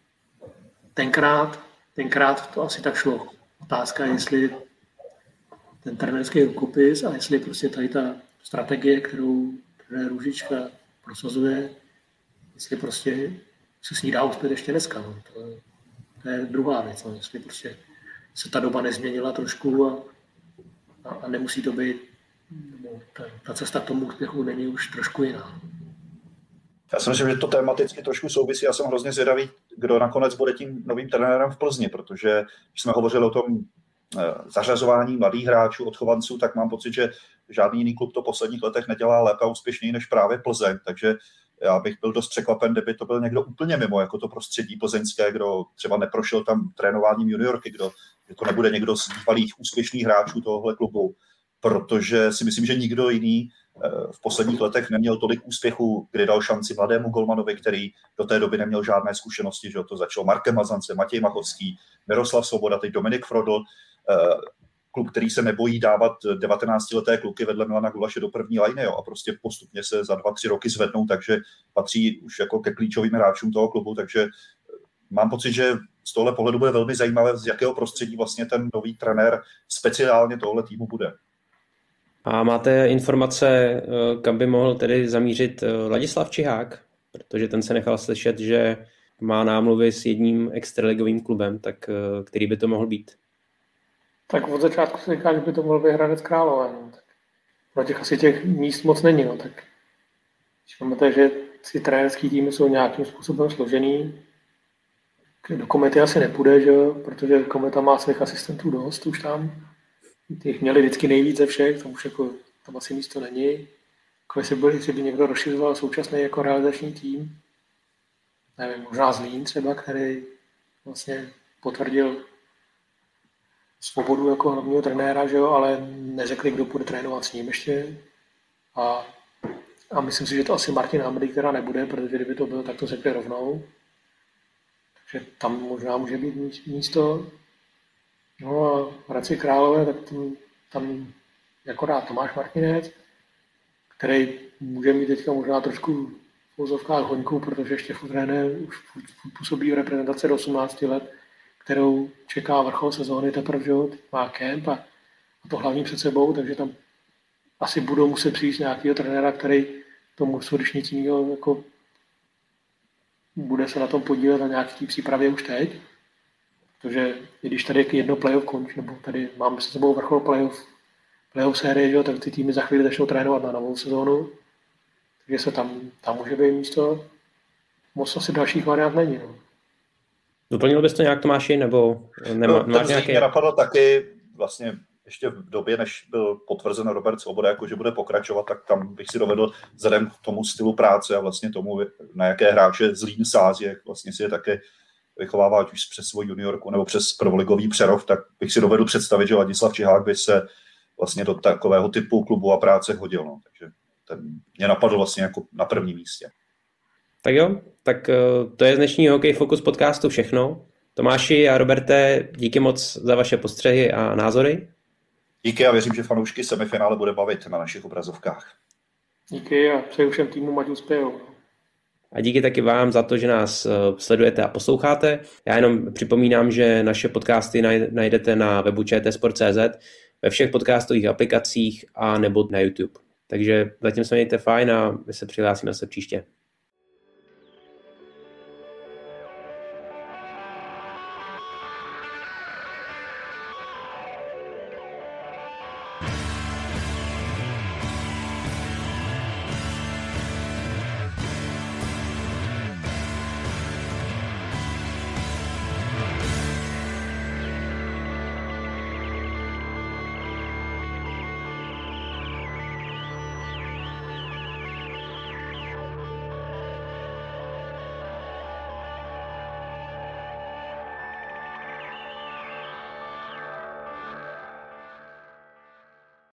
tenkrát, tenkrát to asi tak šlo. Otázka je, jestli ten trenérský rukopis a jestli prostě tady ta strategie, kterou trenér Růžička prosazuje, jestli prostě se s ní dá uspět ještě dneska. No. To, to je druhá věc. No. Jestli prostě se ta doba nezměnila trošku a, a, a nemusí to být, no, ta, ta cesta k tomu úspěchu není už trošku jiná. Já si myslím, že to tematicky trošku souvisí. Já jsem hrozně zvědavý, kdo nakonec bude tím novým trenérem v Plzni, protože když jsme hovořili o tom zařazování mladých hráčů, odchovanců, tak mám pocit, že žádný jiný klub to v posledních letech nedělá lépe a úspěšněji než právě Plzeň, takže já bych byl dost překvapen, kdyby to byl někdo úplně mimo, jako to prostředí plzeňské, kdo třeba neprošel tam trénováním juniorky, kdo jako nebude někdo z bývalých úspěšných hráčů tohohle klubu, protože si myslím, že nikdo jiný v posledních letech neměl tolik úspěchů, kdy dal šanci mladému golmanovi, který do té doby neměl žádné zkušenosti, že to začalo Markem Mazance, Matěj Machovský, Miroslav Svoboda, teď Dominik Frodl, klub, který se nebojí dávat devatenáctileté kluky vedle Milana Gulaše do první lajny, jo, a prostě postupně se za dva, tři roky zvednou, takže patří už jako ke klíčovým hráčům toho klubu, takže mám pocit, že z tohle pohledu bude velmi zajímavé, z jakého prostředí vlastně ten nový trenér speciálně tohle týmu bude. A máte informace, kam by mohl tedy zamířit Ladislav Čihák? Protože ten se nechal slyšet, že má námluvy s jedním extraligovým klubem, tak který by to mohl být? Tak od začátku se říká, že by to mohl být Hradec Králové. No. Tak pro těch asi těch míst moc není. No. Tak když máte, že ty trenérský týmy jsou nějakým způsobem složený, do Komety asi nepůjde, že? Protože Kometa má svých asistentů dost už tam. Těch měli vždycky nejvíc ze všech, tam už jako, tam asi místo není. Jako jestli by, jestli by někdo rozšiřoval současný jako realizační tým. nevím, možná Zlín třeba, který vlastně potvrdil Svobodu jako hlavního trenéra, že jo, ale neřekli, kdo bude trénovat s ním ještě. A, a myslím si, že to asi Martin Hamrlík teda nebude, protože kdyby to bylo, tak to řekli rovnou. Takže tam možná může být místo. No a v Hradci Králové, tak tam, tam akorát Tomáš Martinec, který může mít teďka možná trošku v úzovkách hoňku, protože ještě trenér už působí v reprezentaci do osmnácti let, kterou čeká vrchol sezóny teprve, že má kemp a, a to hlavní před sebou, takže tam asi budou muset přijít nějakého trenéra, který tomu, když nic jiného, jako bude se na tom podílet na nějaké přípravě už teď. Protože když tady jedno playoff končí, nebo tady máme se sebou vrchol playoff, playoff série, že, tak ty týmy za chvíli začnou trénovat na novou sezónu. Takže se tam, tam může být místo. Moc asi dalších variant není. No. Doplnil bys to nějak, Tomáši, nebo nemá, no, máš nějaké? Mě napadlo taky vlastně ještě v době, než byl potvrzen Robert Svoboda, jako že bude pokračovat, tak tam bych si dovedl vzhledem k tomu stylu práce a vlastně tomu, na jaké hráče Zlín sází, jak vlastně si je také vychovává ať už přes svou juniorku nebo přes prvoligový přerov, tak bych si dovedl představit, že Ladislav Čihák by se vlastně do takového typu klubu a práce hodil. No. Takže ten mě napadl vlastně jako na prvním místě. Tak jo, tak to je z dnešního Hokej Focus podcastu všechno. Tomáši a Roberte, díky moc za vaše postřehy a názory. Díky a věřím, že fanoušky semifinále bude bavit na našich obrazovkách. Díky a přeju všem týmu, ať uspějou. A díky taky vám za to, že nás sledujete a posloucháte. Já jenom připomínám, že naše podcasty najdete na webu č t sport tečka c z, ve všech podcastových aplikacích a nebo na YouTube. Takže zatím se mějte fajn a my se přihlásíme se příště.